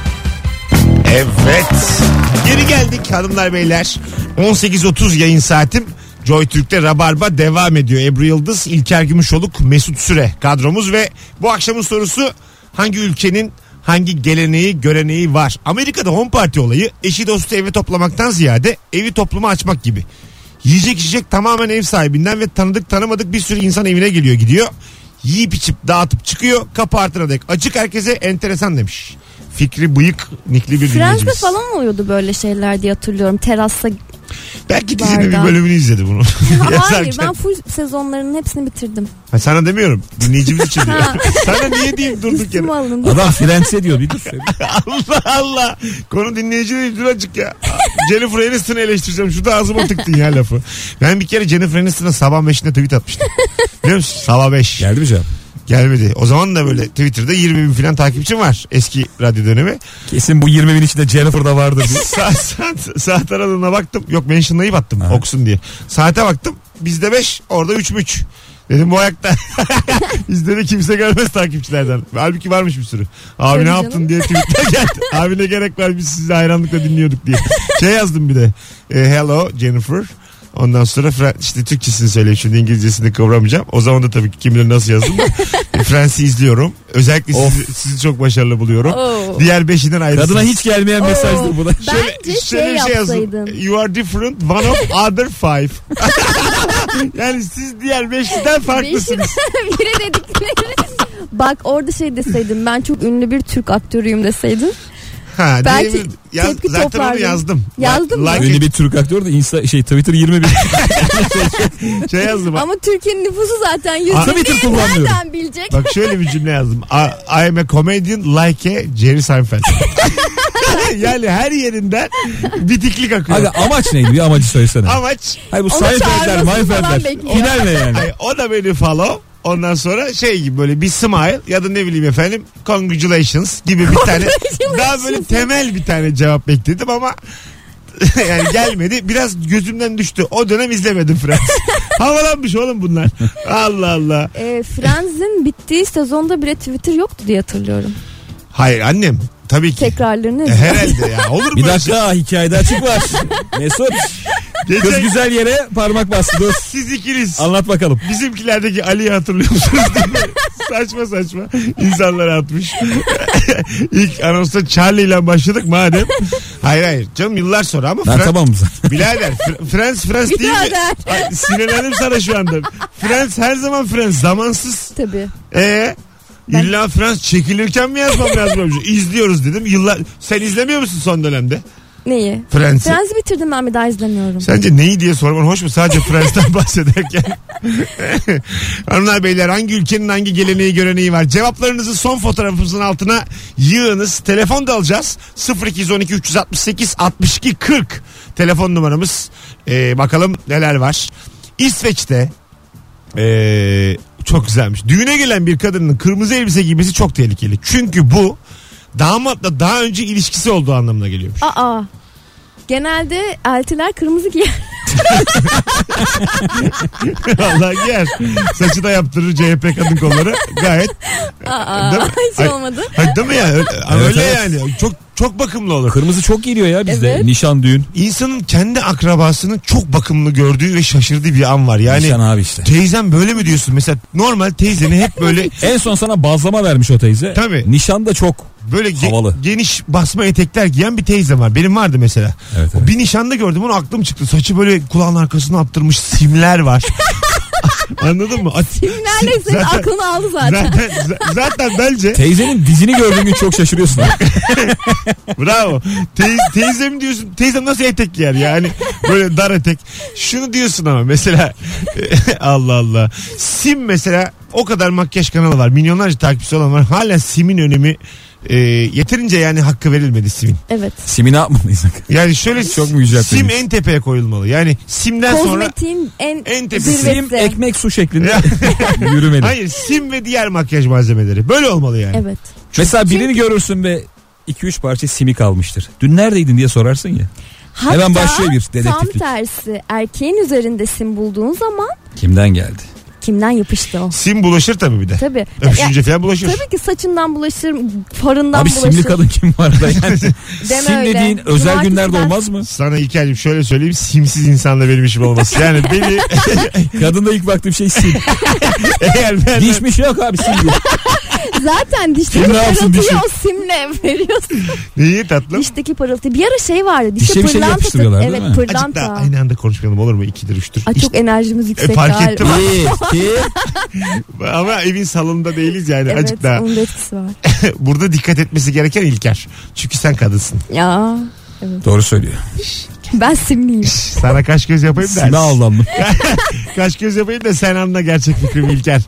Speaker 2: Evet. Geri geldik hanımlar beyler. 18.30 yayın saatim. Joy Türk'te Rabarba devam ediyor. Ebru Yıldız, İlker Gümüşoluk, Mesut Süre kadromuz ve bu akşamın sorusu hangi ülkenin hangi geleneği göreneği var? Amerika'da home party olayı eşi dostu evi toplamaktan ziyade evi topluma açmak gibi. Yiyecek içecek tamamen ev sahibinden ve tanıdık tanımadık bir sürü insan evine geliyor gidiyor. Yiyip içip dağıtıp çıkıyor, kapı ardına dek açık, herkese enteresan demiş. Fikri bıyık nikli bir dinleyicimiz.
Speaker 4: Friends'de falan oluyordu böyle şeyler diye hatırlıyorum. Terasta
Speaker 2: belki dizinin bir bölümünü izledi bunu.
Speaker 4: Hayır ben full sezonlarının hepsini bitirdim.
Speaker 2: Ha, sana demiyorum. Dinleyicimiz için diyor. Sana niye diyeyim durduk yere.
Speaker 3: Adam Friends'e diyor bir dur.
Speaker 2: Allah Allah. Konu dinleyici değil dur azıcık ya. Jennifer Aniston'u eleştireceğim. Şurada ağzıma tıktın ya lafı. Ben bir kere Jennifer Aniston'a sabah 5'inde tweet atmıştım. Biliyor musun? Sabah 5.
Speaker 3: Geldi mi cevap?
Speaker 2: Gelmedi. O zaman da böyle Twitter'da 20.000 falan takipçim var. Eski radyo dönemi.
Speaker 3: Kesin bu 20.000 içinde Jennifer da vardır diye.
Speaker 2: Saat aralığına baktım. Yok mentionlayıp attım okusun diye. Saate baktım. Bizde 5 orada 3'müç. Dedim bu ayakta. Bizde de kimse gelmez takipçilerden. Halbuki varmış bir sürü. Abi ne yaptın diye tweetler geldi. Abi ne gerek var biz sizi hayranlıkla dinliyorduk diye. Şey yazdım bir de. Hello Jennifer. Ondan sonra işte Türkçesini söyleyeyim şimdi İngilizcesini kıvramayacağım. O zaman da tabii ki kim bilir nasıl yazdım da. Friends'i izliyorum. Özellikle sizi çok başarılı buluyorum. Diğer 5'inden ayrısınız.
Speaker 3: Kadına hiç gelmeyen mesajdır bu da.
Speaker 4: Bence şöyle bir şey yazdım.
Speaker 2: You are different one of other 5. Yani siz diğer 5'ten farklısınız.
Speaker 4: Biri dedikleri. Bak orada şey deseydim ben çok ünlü bir Türk aktörüyüm deseydim.
Speaker 2: Ha,
Speaker 4: belki tepki
Speaker 2: zaten
Speaker 4: toplardım.
Speaker 2: onu yazdım.
Speaker 4: Yazdım mı?
Speaker 3: Ünlü bir Türk aktör de Twitter 21.
Speaker 2: Şey yazdım.
Speaker 4: Ama Türkiye'nin nüfusu zaten
Speaker 3: Twitter kullanmıyorum.
Speaker 4: Nereden bilecek?
Speaker 2: Bak şöyle bir cümle yazdım. I am a comedian like a Jerry Seinfeld. Yani her yerinden bitiklik akıyor.
Speaker 3: Hadi amaç neydi? Bir amacı söylesene.
Speaker 2: Amaç.
Speaker 3: Hayır bu
Speaker 4: Onu
Speaker 3: Seinfeld'ler, Meinfeld'ler. Final ne yani?
Speaker 2: Hayır, o da beni follow. Ondan sonra şey gibi böyle bir smile ya da ne bileyim efendim congratulations gibi bir tane daha böyle temel bir tane cevap bekledim ama yani gelmedi. Biraz gözümden düştü. O dönem izlemedim Friends. Havalanmış oğlum bunlar. Allah Allah.
Speaker 4: Friends'in bittiği sezonda bile Twitter yoktu diye hatırlıyorum.
Speaker 2: Hayır annem. Tabii ki.
Speaker 4: Tekrarlarını.
Speaker 2: Herhalde ya. Olur mu?
Speaker 3: Bir dakika hikayede açık var. Mesut. Kız güzel yere parmak bastı. Dur.
Speaker 2: Siz ikiniz.
Speaker 3: Anlat bakalım.
Speaker 2: Bizimkilerdeki Ali'yi hatırlıyor musunuz? Saçma saçma insanlara atmış. İlk anonsta Charlie ile başladık madem. Hayır canım, yıllar sonra ama.
Speaker 3: Ben tamam mı?
Speaker 2: Birader Friends değil mi? Ay, sinirlendim sana şu anda. Friends her zaman Friends. Zamansız.
Speaker 4: Tabii.
Speaker 2: İlla Friends çekilirken mi yazmam lazım? İzliyoruz dedim. Yıllar. Sen izlemiyor musun son dönemde?
Speaker 4: Neyi?
Speaker 2: Friends'i
Speaker 4: bitirdim, ben bir daha izlemiyorum.
Speaker 2: Sence neyi diye sorman hoş mu? Sadece Friends'ten bahsederken. Hanımlar beyler, hangi ülkenin hangi geleneği göreneği var? Cevaplarınızı son fotoğrafımızın altına yığınız. Telefon da alacağız. 0212 368 62 40 telefon numaramız. Bakalım neler var. İsveç'te çok güzelmiş. Düğüne gelen bir kadının kırmızı elbise giymesi çok tehlikeli. Çünkü bu damatla daha önce ilişkisi olduğu anlamına geliyormuş.
Speaker 4: Genelde eltiler kırmızı giyer.
Speaker 2: Vallahi giyer. Saçı da yaptırır CHP kadın kolları. Gayet.
Speaker 4: Hiç olmadı.
Speaker 2: Değil mi ya? Öyle yani. Çok bakımlı olur.
Speaker 3: Kırmızı çok geliyor ya bizde.
Speaker 4: Evet.
Speaker 3: Nişan, düğün.
Speaker 2: İnsanın kendi akrabasını çok bakımlı gördüğü ve şaşırdığı bir an var. Yani
Speaker 3: Nişan abi işte.
Speaker 2: Teyzem böyle mi diyorsun? Mesela normal teyzeni hep böyle
Speaker 3: En son sana bazlama vermiş o teyze.
Speaker 2: Tabii.
Speaker 3: Nişan da çok
Speaker 2: böyle
Speaker 3: havalı.
Speaker 2: geniş basma etekler giyen bir teyzem var. Benim vardı mesela.
Speaker 3: Evet.
Speaker 2: Bir nişanda gördüm, onu aklım çıktı. Saçı böyle kulağın arkasına attırmış, simler var. Anladın mı?
Speaker 4: Simlerle senin aklını aldı zaten.
Speaker 2: Zaten bence.
Speaker 3: Teyzenin dizini gördüğün gün çok şaşırıyorsun.
Speaker 2: Bravo. Teyzem diyorsun. Teyzem nasıl etek giyer yani? Böyle dar etek. Şunu diyorsun ama mesela Allah Allah. Sim mesela, o kadar makyaj kanalı var. Milyonlarca takipçisi olan var. Hala Sim'in önemi yeterince yani hakkı verilmedi Sim'in.
Speaker 4: Evet.
Speaker 3: Sim'i ne yapmalıyız?
Speaker 2: Yani şöyle
Speaker 3: çok mu yüceltmeliyiz?
Speaker 2: Sim en tepeye koyulmalı. Yani Sim'den sonra
Speaker 4: kozmetiğin en
Speaker 2: tepesi.
Speaker 4: zirvesi.
Speaker 3: Sim ekmek su şeklinde yürümeli.
Speaker 2: Hayır, Sim ve diğer makyaj malzemeleri. Böyle olmalı yani.
Speaker 4: Evet.
Speaker 3: Mesela birini görürsün ve 2-3 parça simi kalmıştır. Dün neredeydin diye sorarsın ya.
Speaker 4: Hatta
Speaker 3: Hemen başlıyor bir dedektiflik.
Speaker 4: tam tersi, erkeğin üzerinde sim bulduğun zaman
Speaker 3: Kimden geldi?
Speaker 4: kimden yapıştı o?
Speaker 2: Sim bulaşır tabii bir de.
Speaker 4: Tabii.
Speaker 2: Öpüşünce falan bulaşır.
Speaker 4: Tabii ki saçından bulaşır, farından
Speaker 3: Abi
Speaker 4: bulaşır.
Speaker 3: simli kadın kim var da yani?
Speaker 4: Deme
Speaker 3: Sim
Speaker 4: öyle.
Speaker 3: dediğin özel
Speaker 4: Cumartesi
Speaker 3: günlerde
Speaker 4: ben-
Speaker 3: olmaz mı?
Speaker 2: Sana İlker'cim şöyle söyleyeyim, simsiz insanla benim işim olmaz. Yani beni
Speaker 3: Kadında ilk baktığım şey sim.
Speaker 2: eğer ben
Speaker 3: Dişmiş yok abi sim diyor.
Speaker 4: Zaten dişteki
Speaker 3: Kim ne yapsın
Speaker 4: parıltıyı
Speaker 3: dişi?
Speaker 4: o simle veriyorsun.
Speaker 2: neyi tatlım?
Speaker 4: Dişteki parıltı. Bir ara şey vardı. Dişe
Speaker 3: Dişe bir şey
Speaker 4: pırlanta.
Speaker 3: yapıştırıyorlar, değil
Speaker 4: Evet,
Speaker 3: mi?
Speaker 2: Azıcık
Speaker 4: pırlanta.
Speaker 2: daha aynı anda konuşmayalım olur mu? 2'dir 3'tür.
Speaker 4: Ay, çok enerjimiz yüksek
Speaker 2: fark
Speaker 4: galiba.
Speaker 2: ettim.
Speaker 3: İyi.
Speaker 2: Ama evin salonunda değiliz yani.
Speaker 4: Evet,
Speaker 2: Azıcık daha.
Speaker 4: onun da etkisi var.
Speaker 2: Burada dikkat etmesi gereken İlker. Çünkü sen kadınsın.
Speaker 4: Ya
Speaker 3: Doğru söylüyor.
Speaker 4: ben simliyim.
Speaker 2: Sana kaş göz yapayım da.
Speaker 3: Sime aldandım.
Speaker 2: Kaş göz yapayım da sen anla gerçek fikrimi İlker.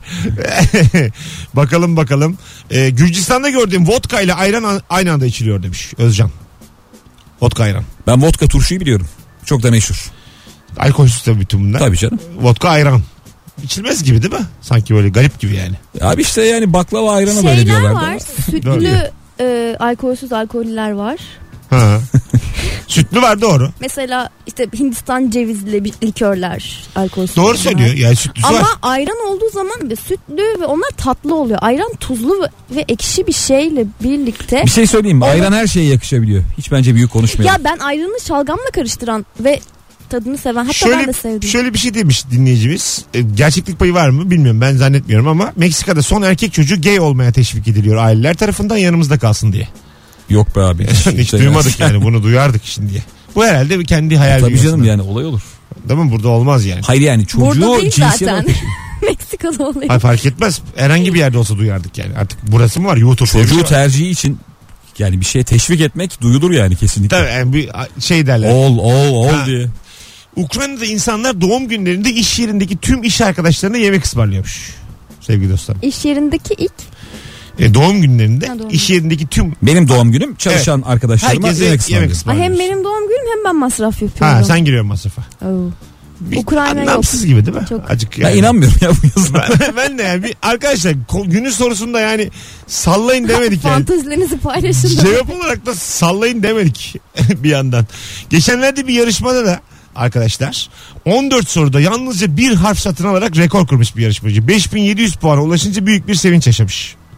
Speaker 2: bakalım. Gürcistan'da gördüğüm vodka ile ayran aynı anda içiliyor demiş Özcan. Vodka ayran.
Speaker 3: Ben vodka turşuyu biliyorum. Çok da meşhur.
Speaker 2: Alkolsüz tabii bütün bunlar.
Speaker 3: Tabii canım.
Speaker 2: Vodka ayran. İçilmez gibi değil mi? Sanki böyle garip gibi yani.
Speaker 3: Abi işte yani baklava ayranı böyle
Speaker 4: Şeyler
Speaker 3: diyorlar.
Speaker 4: var. Sütlü alkolsüz alkoller var.
Speaker 2: Ha. Sütlü var, doğru.
Speaker 4: Mesela işte Hindistan cevizli likörler alkolsüz.
Speaker 2: Doğru
Speaker 4: bunlar.
Speaker 2: söylüyor. Yani sütlüsü
Speaker 4: Ama
Speaker 2: var.
Speaker 4: ayran olduğu zaman sütlü ve onlar tatlı oluyor. Ayran tuzlu ve ekşi bir şeyle birlikte.
Speaker 3: Bir şey söyleyeyim mi?
Speaker 4: Onu-
Speaker 3: Ayran her şeye yakışabiliyor. Hiç bence büyük konuşmayalım.
Speaker 4: Ya ben ayranı şalgamla karıştıran ve tadını seven, hatta ben de sevdim.
Speaker 2: Şöyle bir şey demiş dinleyicimiz. Gerçeklik payı var mı bilmiyorum, ben zannetmiyorum ama Meksika'da son erkek çocuğu gay olmaya teşvik ediliyor aileler tarafından, yanımızda kalsın diye.
Speaker 3: Yok be abi.
Speaker 2: Hiç duymadık yani, bunu duyardık şimdiye. Bu herhalde kendi hayal
Speaker 3: Tabii
Speaker 2: dünyasında.
Speaker 3: canım, yani olay olur.
Speaker 2: Değil mi? Burada olmaz yani.
Speaker 3: Hayır yani çocuğu
Speaker 4: Burada değil
Speaker 3: cinsiyet
Speaker 4: zaten.
Speaker 3: olarak-
Speaker 4: Meksika'da oluyor.
Speaker 2: Hayır, fark etmez. Herhangi bir yerde olsa duyardık yani. Artık burası mı var? YouTube.
Speaker 3: Çocuğu tercihi için yani bir şeye teşvik etmek duyulur yani kesinlikle.
Speaker 2: Tabii yani bir şey derler.
Speaker 3: Ol
Speaker 2: Ha.
Speaker 3: diye.
Speaker 2: Ukrayna'da insanlar doğum günlerinde iş yerindeki tüm iş arkadaşlarına yemek ısmarlıyormuş. Sevgili dostlarım.
Speaker 4: İş yerindeki ilk
Speaker 2: Doğum günlerinde
Speaker 4: Ha, doğum
Speaker 2: iş yerindeki tüm
Speaker 3: Benim doğum günüm çalışan arkadaşlarıma
Speaker 2: herkese
Speaker 3: yemek
Speaker 2: yemek
Speaker 3: ısmarlıyorum.
Speaker 2: ısmarlıyorsun.
Speaker 4: hem benim doğum günüm hem ben masraf yapıyorum.
Speaker 2: Ha, sen giriyorsun masrafa.
Speaker 4: Oo.
Speaker 2: Bir
Speaker 4: Ukrayna yok.
Speaker 2: anlamsız gibi değil mi?
Speaker 4: Çok.
Speaker 2: Acık
Speaker 3: Ben
Speaker 2: yani.
Speaker 3: inanmıyorum ya bu yazılara.
Speaker 2: ben de yani arkadaşlar günün sorusunda yani sallayın demedik yani.
Speaker 4: Fantezilerinizi paylaşın. da.
Speaker 2: Cevap olarak da sallayın demedik bir yandan. Geçenlerde bir yarışmada da arkadaşlar 14 soruda yalnızca bir harf satın alarak rekor kurmuş bir yarışmacı. 5700 puana ulaşınca büyük bir sevinç yaşamış.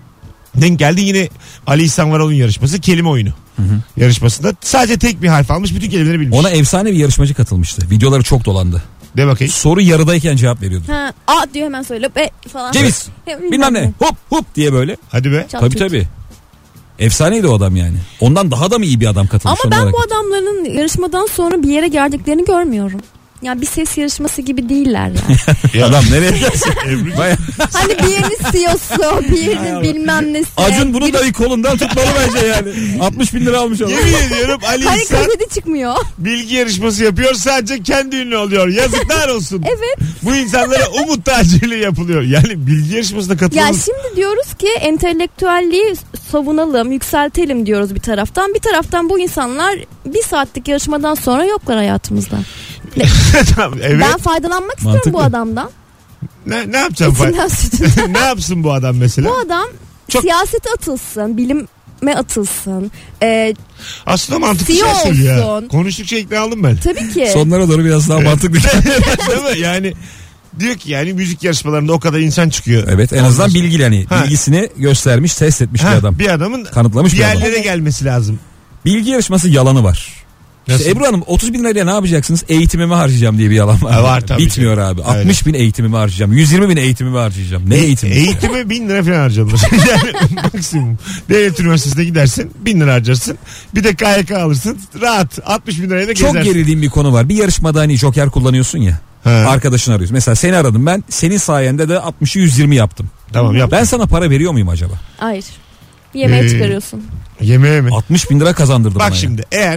Speaker 2: Denk geldi yine Ali İhsan Varol'un yarışması, kelime oyunu. Yarışmasında sadece tek bir harf almış, bütün kelimeleri bilmiş.
Speaker 3: Ona efsane bir yarışmacı katılmıştı. Videoları çok dolandı.
Speaker 2: De bakayım.
Speaker 3: Soru yarıdayken cevap veriyordu.
Speaker 4: Ha, A diyor hemen söyle be falan.
Speaker 3: Ceviz. Bilmem ne. Hop hop diye böyle.
Speaker 2: Hadi be.
Speaker 3: Tabii. Efsaneydi o adam yani. Ondan daha da mı iyi bir adam katılmış?
Speaker 4: Ama ben bu adamların yarışmadan sonra bir yere geldiklerini görmüyorum. Yani bir ses yarışması gibi değiller yani.
Speaker 3: Adam nereye gelsin?
Speaker 4: Hani birinin CEO'su, birinin bilmem nesi.
Speaker 3: Acun bunu da kolundan tutmalı bence yani. 60 bin lira almış adam.
Speaker 2: Yemin ediyorum Ali
Speaker 4: Hani
Speaker 2: İhsan
Speaker 4: kaseti çıkmıyor.
Speaker 2: bilgi yarışması yapıyor, sadece kendi ünlü oluyor. Yazıklar olsun.
Speaker 4: Evet.
Speaker 2: Bu insanlara umut tacirliği yapılıyor. Yani bilgi yarışmasına katılalım.
Speaker 4: Ya şimdi diyoruz ki entelektüelliği savunalım, yükseltelim diyoruz bir taraftan. Bir taraftan bu insanlar bir saatlik yarışmadan sonra yoklar hayatımızda.
Speaker 2: Tamam, evet.
Speaker 4: Ben faydalanmak istiyorum
Speaker 3: Mantıklı.
Speaker 4: bu adamdan.
Speaker 2: Ne yapacağım?
Speaker 4: İçinden sütünden.
Speaker 2: Ne yapsın bu adam mesela?
Speaker 4: Bu adam
Speaker 2: Çok-
Speaker 4: siyasete atılsın, bilime atılsın.
Speaker 2: Aslında mantıklı
Speaker 4: CEO
Speaker 2: şey söylüyor.
Speaker 4: olsun.
Speaker 2: Konuştukça ikna aldım ben.
Speaker 4: Tabii ki.
Speaker 3: Sonlara doğru biraz daha mantıklı.
Speaker 2: Değil mi? Yani diyor ki yani müzik yarışmalarında o kadar insan çıkıyor.
Speaker 3: Evet, en azından bilgili hani.
Speaker 2: Ha.
Speaker 3: Bilgisini göstermiş, test etmiş bir adam.
Speaker 2: Bir adamın
Speaker 3: Kanıtlamış
Speaker 2: bir
Speaker 3: bir adam.
Speaker 2: yerlere gelmesi lazım.
Speaker 3: Bilgi yarışması yalanı var.
Speaker 2: Nasıl?
Speaker 3: İşte Ebru Hanım 30 bin liraya ne yapacaksınız? Eğitimimi harcayacağım diye bir yalan var.
Speaker 2: Var tabii
Speaker 3: Bitmiyor
Speaker 2: ki.
Speaker 3: abi.
Speaker 2: Öyle.
Speaker 3: 60 bin eğitimimi harcayacağım. 120 bin eğitimimi harcayacağım. Ne eğitimi?
Speaker 2: Eğitime 1000 lira falan harcanır. Yani maksimum. Devlet üniversitesine gidersin 1000 lira harcarsın. Bir de KYK alırsın. Rahat 60 bin liraya da gezersin.
Speaker 3: Çok gerildiğim bir konu var. Bir yarışmada hani joker kullanıyorsun ya.
Speaker 2: Ha.
Speaker 3: Arkadaşını arıyorsun. Mesela seni aradım ben. Senin sayende de 60'ı 120 yaptım.
Speaker 2: Tamam yap.
Speaker 3: Ben sana para veriyor muyum acaba?
Speaker 4: Hayır. Yemeğe çıkarıyorsun.
Speaker 2: Yemeğe mi?
Speaker 3: 60 bin lira kazandırdı bana.
Speaker 2: Bak şimdi eğer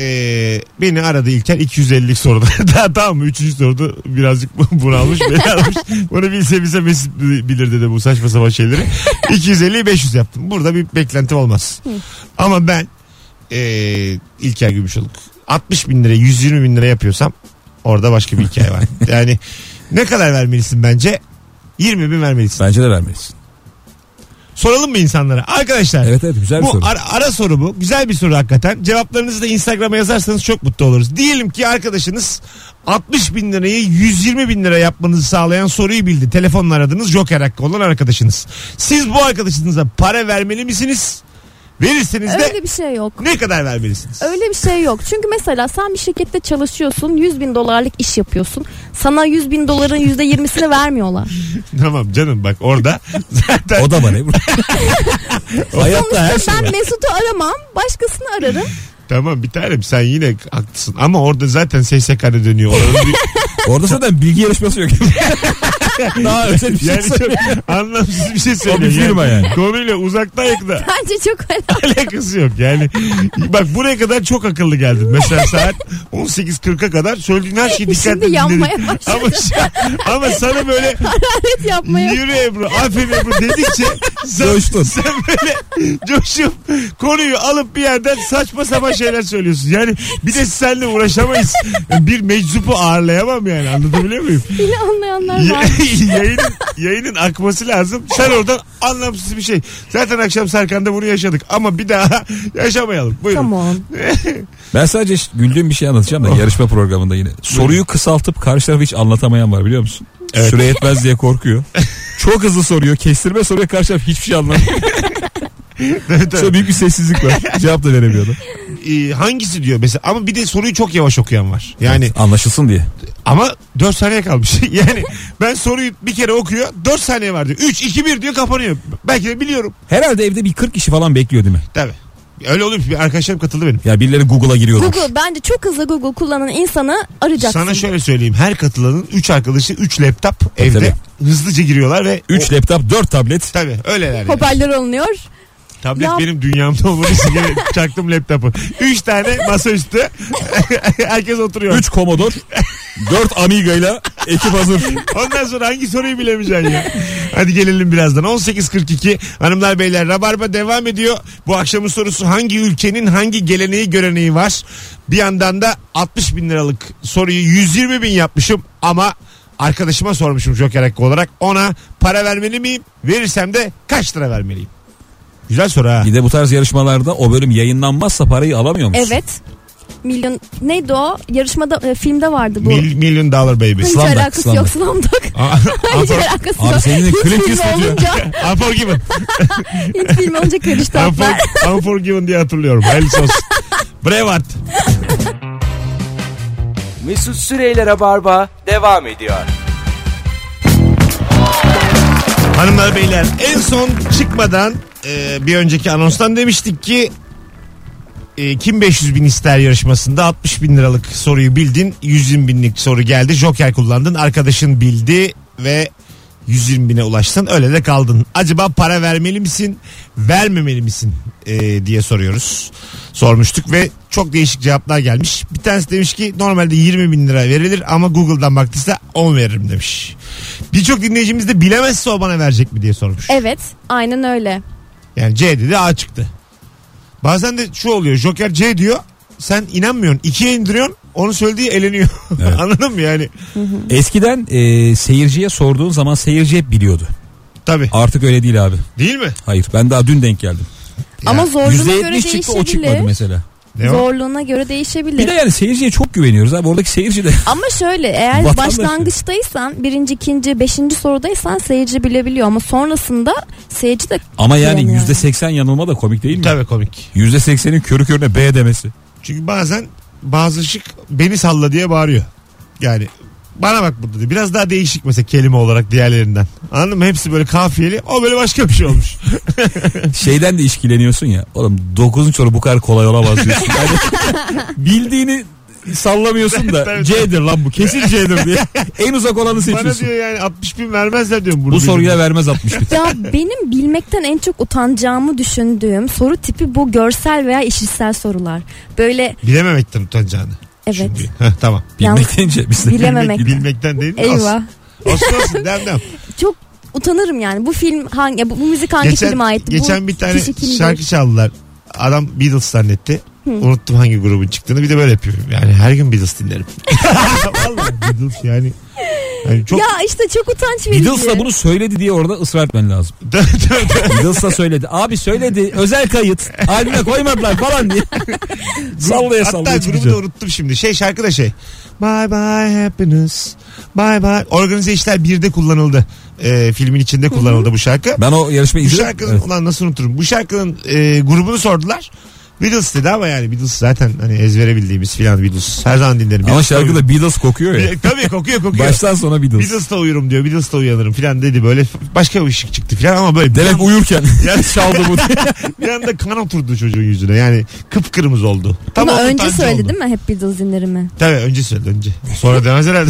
Speaker 2: beni aradı İlker 250'lik soruda. Daha tamam mı? 3. soruda birazcık bunalmış, beni almış. Bunu bilse Mesut bilir dedi bu saçma sapan şeyleri. 250'yi 500 yaptım. Burada bir beklenti olmaz. Ama ben İlker Gümüşoluk 60 bin lira 120 bin lira yapıyorsam orada başka bir hikaye var. Yani ne kadar vermelisin bence? 20 bin vermelisin.
Speaker 3: Bence de vermelisin.
Speaker 2: Soralım mı insanlara? Arkadaşlar.
Speaker 3: Evet güzel bir
Speaker 2: bu
Speaker 3: soru.
Speaker 2: Ara soru bu. Güzel bir soru hakikaten. Cevaplarınızı da Instagram'a yazarsanız çok mutlu oluruz. Diyelim ki arkadaşınız 60 bin lirayı 120 bin lira yapmanızı sağlayan soruyu bildi. Telefonla aradınız, joker hakkı olan arkadaşınız. Siz bu arkadaşınıza para vermeli misiniz? Verirseniz de
Speaker 4: Öyle bir şey yok.
Speaker 2: ne kadar vermelisiniz?
Speaker 4: Öyle bir şey yok. Çünkü mesela sen bir şirkette çalışıyorsun. 100 bin dolarlık iş yapıyorsun. Sana 100 bin doların %20'sini vermiyorlar.
Speaker 2: Tamam canım bak orada zaten.
Speaker 3: O da bana. Hayatta her
Speaker 4: Sonuçta
Speaker 3: şey
Speaker 4: ben
Speaker 3: var.
Speaker 4: Mesut'u aramam. Başkasını ararım.
Speaker 2: Tamam bir tanem sen yine haklısın. Ama orada zaten SSK'da dönüyor.
Speaker 3: Orada zaten bilgi yarışması yok. Daha özel bir şey
Speaker 2: Yani
Speaker 3: söyleyeyim.
Speaker 2: çok anlamsız bir şey
Speaker 3: O
Speaker 2: söylüyor.
Speaker 3: bir firma yani.
Speaker 2: Konuyla uzaktan yakında
Speaker 4: Bence çok
Speaker 2: alakası yok. Yani bak buraya kadar çok akıllı geldin. Mesela saat 18.40'a kadar söylediğin her şeyi dikkatle
Speaker 4: Şimdi yanmaya
Speaker 2: dinledim.
Speaker 4: başladı.
Speaker 2: Ama sana böyle
Speaker 4: Hararet yapmaya.
Speaker 2: yürü Ebru, aferin Ebru dedikçe
Speaker 3: Coştun.
Speaker 2: sen böyle coşup konuyu alıp bir yerden saçma sapan şeyler söylüyorsun. Yani bir de seninle uğraşamayız. Bir meczupu ağırlayamam yani, anlatabiliyor muyum?
Speaker 4: Beni anlayanlar var.
Speaker 2: Yayının akması lazım. Sen oradan anlamsız bir şey. Zaten akşam Serkan'da bunu yaşadık ama bir daha yaşamayalım. Buyurun.
Speaker 4: Tamam.
Speaker 3: Ben sadece güldüğüm bir şey anlatacağım da yarışma programında yine. Soruyu kısaltıp karşı tarafı hiç anlatamayan var biliyor musun?
Speaker 2: Evet.
Speaker 3: Süre yetmez diye korkuyor. Çok hızlı soruyor. Kestirme soruyor, karşı taraf hiçbir şey anlamıyor. Sonra büyük bir sessizlik var. Cevap da veremiyordu.
Speaker 2: Hangisi diyor mesela, ama bir de soruyu çok yavaş okuyan var. Yani
Speaker 3: Evet, anlaşılsın diye.
Speaker 2: ama 4 saniye kalmış. Yani ben soruyu bir kere okuyor, 4 saniye var diyor. 3 2 1 diyor, kapanıyor. Belki de biliyorum.
Speaker 3: Herhalde evde bir 40 kişi falan bekliyor değil mi?
Speaker 2: Tabii. Öyle oluyor. Bir arkadaşlarım katıldı benim.
Speaker 3: Ya birileri Google'a giriyorlar.
Speaker 4: Google, bence çok hızlı Google kullanan insanı arayacaksın.
Speaker 2: Sana şöyle söyleyeyim. Her katılanın 3 arkadaşı 3 laptop evde
Speaker 3: tabii.
Speaker 2: hızlıca giriyorlar ve
Speaker 3: 3 laptop 4 tablet.
Speaker 2: tabii öyleler yani.
Speaker 4: Hoparlör alınıyor.
Speaker 2: Tablet
Speaker 4: Ya-
Speaker 2: benim dünyamda olmadığı için gene çaktım laptopu. 3 tane masaüstü. Herkes oturuyor.
Speaker 3: 3 Commodore 4 Amiga ile ekip hazır.
Speaker 2: Ondan sonra hangi soruyu bilemeyeceksin ya. Hadi gelelim birazdan. 18.42 hanımlar beyler, Rabarba devam ediyor. Bu akşamın sorusu, hangi ülkenin hangi geleneği göreneği var? Bir yandan da 60 bin liralık soruyu 120 bin yapmışım ama arkadaşıma sormuşum joker hakkı olarak. Ona para vermeli miyim? Verirsem de kaç lira vermeliyim? Güzel soru ha.
Speaker 3: Bir de bu tarz yarışmalarda o bölüm yayınlanmazsa parayı alamıyor musun?
Speaker 4: Evet. milyon neydi o? Yarışmada filmde vardı bu.
Speaker 2: Million Dollar Baby.
Speaker 4: Hiç alakası yok Slumdog. Hiç alakası yok.
Speaker 3: Abi senin
Speaker 4: Hiç
Speaker 3: Clint
Speaker 4: film
Speaker 3: Eastwood
Speaker 4: olunca.
Speaker 2: Unforgiven.
Speaker 4: Hiç film olunca karıştı atlar.
Speaker 2: Unforgiven diye hatırlıyorum. Hayırlısı olsun. Brevard.
Speaker 1: Mesut Süreyler'e barba devam ediyor.
Speaker 2: Hanımlar beyler, en son çıkmadan bir önceki anonstan demiştik ki kim 500 bin ister yarışmasında 60 bin liralık soruyu bildin, 120 binlik soru geldi, joker kullandın, arkadaşın bildi ve 120 bine ulaştın, öyle de kaldın. Acaba para vermeli misin, vermemeli misin diye sormuştuk ve çok değişik cevaplar gelmiş. Bir tanesi demiş ki normalde 20 bin lira verilir ama Google'dan baktıysa 10 veririm demiş. Birçok dinleyicimiz de bilemezse o bana verecek mi diye sormuş.
Speaker 4: Evet, aynen öyle.
Speaker 2: Yani C dedi, A çıktı. Bazen de şu oluyor, joker C diyor, sen inanmıyorsun, 2'ye indiriyorsun, onun söylediği eleniyor. Evet. Anladın mı yani?
Speaker 3: Eskiden seyirciye sorduğun zaman seyirci hep biliyordu.
Speaker 2: Tabii.
Speaker 3: Artık öyle değil abi.
Speaker 2: Değil mi?
Speaker 3: Hayır, ben daha dün denk geldim.
Speaker 4: Ama zorluğuna göre
Speaker 3: %70 çıktı, o
Speaker 4: değişebilir.
Speaker 3: çıkmadı mesela.
Speaker 4: Zorluğuna göre değişebilir.
Speaker 3: Bir de yani seyirciye çok güveniyoruz abi. Oradaki seyirci de.
Speaker 4: Ama şöyle, eğer
Speaker 3: Vatandaş
Speaker 4: başlangıçtaysan, 1. 2. 5. sorudaysan seyirci bilebiliyor ama sonrasında seyirci de
Speaker 3: ama yani %80 yanılma da komik değil mi?
Speaker 2: Tabii komik.
Speaker 3: %80'in körü körüne B demesi.
Speaker 2: Çünkü bazen bazı şık beni salla diye bağırıyor. Yani bana bak burada diye. Biraz daha değişik mesela kelime olarak diğerlerinden. Anladın mı? Hepsi böyle kafiyeli. O böyle başka bir şey olmuş.
Speaker 3: Şeyden de işkileniyorsun ya. Oğlum 9. soru bu kadar kolay olamaz diyorsun. Yani bildiğini sallamıyorsun da C'dir lan bu. Kesin C'dir diye. En uzak olanı seçiyorsun.
Speaker 2: Bana diyor yani 60 bin vermezler diyorum.
Speaker 3: Bu soruya vermez 60 bin.
Speaker 4: Ya benim bilmekten en çok utanacağımı düşündüğüm soru tipi bu görsel veya işitsel sorular. Böyle
Speaker 2: bilememekten utanacağını.
Speaker 4: Evet.
Speaker 2: Tamam.
Speaker 3: Bilmek deyince biz de
Speaker 2: bilmekten değil mi?
Speaker 4: Eyvah.
Speaker 2: Olsun dem.
Speaker 4: Çok utanırım yani. Bu film hangi, bu müzik hangi filme aitti?
Speaker 2: Geçen bir tane şarkı çaldılar. Adam Beatles zannetti. Unuttum hangi grubun çıktığını, bir de böyle yapıyorum. Yani her gün Beatles dinlerim. Vallahi Beatles yani çok...
Speaker 4: Ya işte çok utanç verici.
Speaker 3: Beatles da bunu söyledi diye orada ısrar etmen lazım. Beatles da söyledi. Abi söyledi, özel kayıt. Albüme koymadılar falan diye. Sallaya
Speaker 2: Hatta grubu da unuttum şimdi. Şarkı da Bye bye happiness. Bye bye. Organize işler 1'de kullanıldı. Filmin içinde kullanıldı bu şarkı.
Speaker 3: Ben o yarışmayı izledim.
Speaker 2: Bu şarkının ulan nasıl unuturum. Bu şarkının grubunu sordular. Beatles dedi ama yani Beatles zaten hani ezbere bildiğimiz filan, Beatles her zaman dinlerim.
Speaker 3: Ama şarkıda Beatles kokuyor ya.
Speaker 2: Tabii kokuyor.
Speaker 3: Baştan sona Beatles.
Speaker 2: Beatles'ta uyurum diyor, Beatles'ta uyanırım filan dedi, böyle başka bir ışık çıktı filan ama böyle.
Speaker 3: Demek uyurken çaldı bu.
Speaker 2: Bir anda kan oturdu çocuğun yüzüne, yani kıpkırmızı oldu.
Speaker 4: Ama önce söyledi değil mi hep Beatles dinlerimi?
Speaker 2: Tabii önce söyledi. Sonra demez herhalde.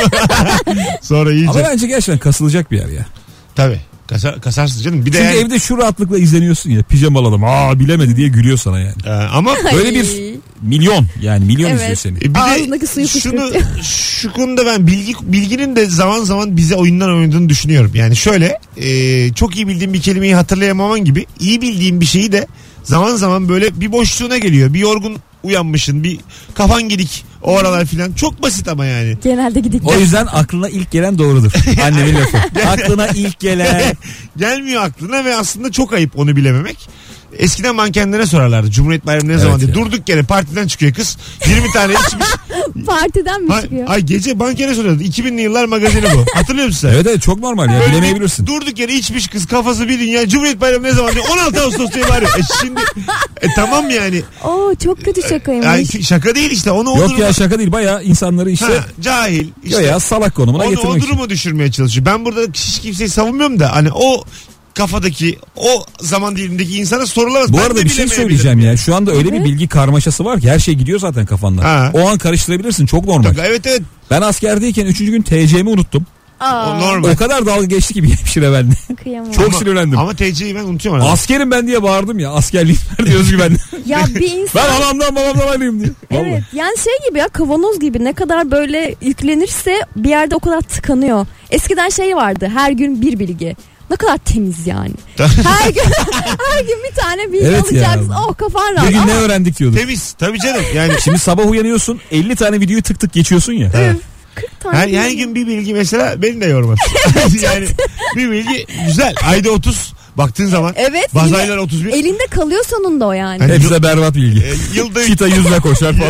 Speaker 2: Sonra iyice.
Speaker 3: Ama bence gerçekten kasılacak bir yer ya.
Speaker 2: Tabii. Kasarsın canım. Bir de
Speaker 3: çünkü
Speaker 2: yani...
Speaker 3: evde şu rahatlıkla izleniyorsun ya. Pijamalı adam. Bilemedi diye gülüyor sana yani.
Speaker 2: Ama
Speaker 3: böyle bir milyon izliyor seni.
Speaker 2: Bir
Speaker 4: ağzındaki suyu
Speaker 2: şu konuda ben bilginin de zaman zaman bize oyundan oynadığını düşünüyorum. Yani şöyle çok iyi bildiğim bir kelimeyi hatırlayamaman gibi, iyi bildiğim bir şeyi de zaman zaman böyle bir boşluğuna geliyor. Bir yorgun uyanmışsın, bir kafan gidik o aralar filan. Çok basit ama yani.
Speaker 4: Genelde gidik.
Speaker 3: O yüzden aklına ilk gelen doğrudur. Annemin lafı. Aklına ilk gelen.
Speaker 2: Gelmiyor aklına ve aslında çok ayıp onu bilememek. Eskiden mankenlere sorarlardı. Cumhuriyet Bayramı ne zaman diye. Durduk yere partiden çıkıyor kız. 20 tane içmiş.
Speaker 4: Partiden mi çıkıyor?
Speaker 2: Ay gece mankene soruyordu. 2000'li yıllar magazini bu. Hatırlıyor musun sen?
Speaker 3: Evet çok normal ya. Bilemeyebilirsin.
Speaker 2: Durduk yere içmiş kız, kafası bir dünya. Cumhuriyet Bayramı ne zaman diye. 16 Ağustos diye bağırıyor. Şimdi tamam yani.
Speaker 4: Oo çok kötü şakaymış.
Speaker 2: Yani şaka değil işte. Onu
Speaker 3: yok ya şaka değil. Bayağı insanları işte.
Speaker 2: Cahil.
Speaker 3: İşte, ya salak konumuna getirmek için.
Speaker 2: O durumu düşürmeye çalışıyor. Ben burada hiç kimseyi savunmuyorum da hani o kafadaki, o zaman dilimindeki insana sorulamaz.
Speaker 3: Bu arada bir şey söyleyeceğim ya. Şu anda öyle bir bilgi karmaşası var ki her şey gidiyor zaten kafandan. Ha. O an karıştırabilirsin. Çok normal.
Speaker 2: Evet.
Speaker 3: Ben askerdeyken 3. gün TC'mi unuttum.
Speaker 2: O normal.
Speaker 3: O kadar dalga geçti ki bir hemşire bende. Çok sinirlendim.
Speaker 2: Ama TC'yi ben unutuyorum.
Speaker 3: Askerim ben diye bağırdım ya. Askerliğim verdi özgüvenle.
Speaker 4: Ya bir insan.
Speaker 3: Ben anamdan babamdan alayım diye.
Speaker 4: Evet.
Speaker 3: Vallahi.
Speaker 4: Yani şey gibi ya, kavanoz gibi ne kadar böyle yüklenirse bir yerde o kadar tıkanıyor. Eskiden şey vardı, her gün bir bilgi. Ne kadar temiz yani. her gün bir tane bilgi alacaksın. Oh kafan rahat.
Speaker 3: Bir gün ne öğrendik diyorduk.
Speaker 2: Temiz tabii canım. Yani
Speaker 3: şimdi sabah uyanıyorsun 50 tane videoyu tık tık geçiyorsun ya.
Speaker 4: Evet. 40 tane
Speaker 2: her gün bir bilgi mesela beni de yormaz. Yani bir bilgi güzel. Ayda 30 Baktığın zaman
Speaker 4: Evet.
Speaker 2: Bazaylar 31.
Speaker 4: Elinde kalıyor sonunda o yani.
Speaker 2: Hani
Speaker 3: Hepsi de berbat bilgi.
Speaker 2: Yılda
Speaker 3: Çita yüzle koşar falan.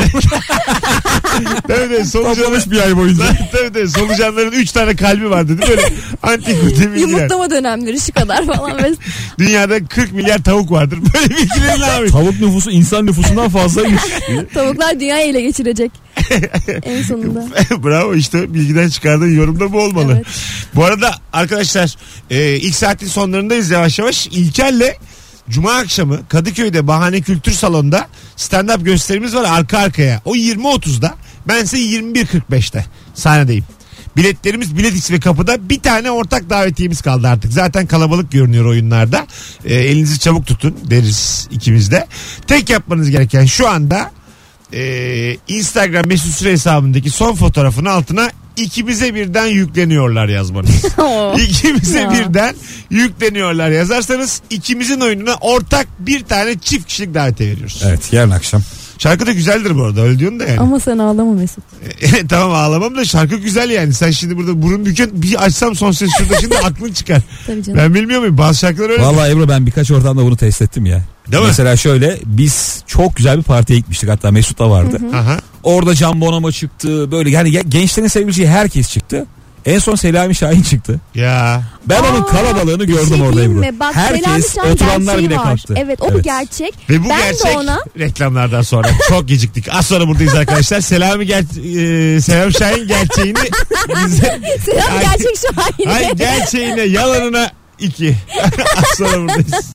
Speaker 2: tabii
Speaker 3: Toplamış bir ay boyunca.
Speaker 2: tabii solucanların 3 tane kalbi var dedi. Böyle antikonte bilgiler.
Speaker 4: Yumurtlama dönemleri şu kadar falan.
Speaker 2: Dünyada 40 milyar tavuk vardır. Böyle bilgilerin abi.
Speaker 3: Tavuk nüfusu insan nüfusundan fazlaymış.
Speaker 4: Tavuklar dünyayı ele geçirecek. En sonunda.
Speaker 2: Bravo, işte bilgiden çıkardığın yorumda bu olmalı.
Speaker 4: Evet.
Speaker 2: Bu arada arkadaşlar ilk saatin sonlarındayız yavaş yavaş. İlker'le Cuma akşamı Kadıköy'de Bahane Kültür Salonu'nda stand-up gösterimiz var arka arkaya. O 20.30'da, bense 21.45'te sahnedeyim. Biletlerimiz Biletix ve kapıda. Bir tane ortak davetiyemiz kaldı artık. Zaten kalabalık görünüyor oyunlarda. Elinizi çabuk tutun deriz ikimiz de. Tek yapmanız gereken şu anda Instagram Mesut Süre hesabındaki son fotoğrafın altına ikimize birden yükleniyorlar yazmanız. İkimize birden yükleniyorlar yazarsanız ikimizin oyununa ortak bir tane çift kişilik davetiye veriyoruz.
Speaker 3: Evet, yarın akşam.
Speaker 2: Şarkı da güzeldir bu arada, öyle diyorsun da yani.
Speaker 4: Ama sen ağlama Mesut.
Speaker 2: Tamam, ağlamam da şarkı güzel yani. Sen şimdi burada burun büken bir açsam son ses şurada şimdi aklın çıkar.
Speaker 4: Tabii canım.
Speaker 2: Ben bilmiyor muyum? Bazı şarkılar öyle.
Speaker 3: Vallahi Ebru, ben birkaç ortamda bunu test ettim ya.
Speaker 2: Değil mi?
Speaker 3: Mesela şöyle, biz çok güzel bir partiye gitmiştik, hatta Mesut da vardı.
Speaker 2: Aha.
Speaker 3: Orada Can Bonomo çıktı, böyle yani gençlerin sevebileceği herkes çıktı. En son Selami Şahin çıktı.
Speaker 2: Ya.
Speaker 3: Ben onun kalabalığını
Speaker 4: bir
Speaker 3: gördüm
Speaker 4: şey
Speaker 3: orada
Speaker 4: diyeyim
Speaker 3: Ebru.
Speaker 4: mi? Bak, Selami
Speaker 3: Herkes,
Speaker 4: Şahin
Speaker 3: oturanlar
Speaker 4: gerçeği
Speaker 3: bile
Speaker 4: var.
Speaker 3: kalktı.
Speaker 4: Evet, o bir gerçek.
Speaker 2: Ve bu
Speaker 4: Ben
Speaker 2: gerçek
Speaker 4: de ona
Speaker 2: reklamlardan sonra çok geciktik. Az sonra buradayız arkadaşlar. Selami Şahin gerçeğini bize...
Speaker 4: Selami gerçek Şahin.
Speaker 2: Hayır, gerçeğine yalanına 2. Az sonra buradayız.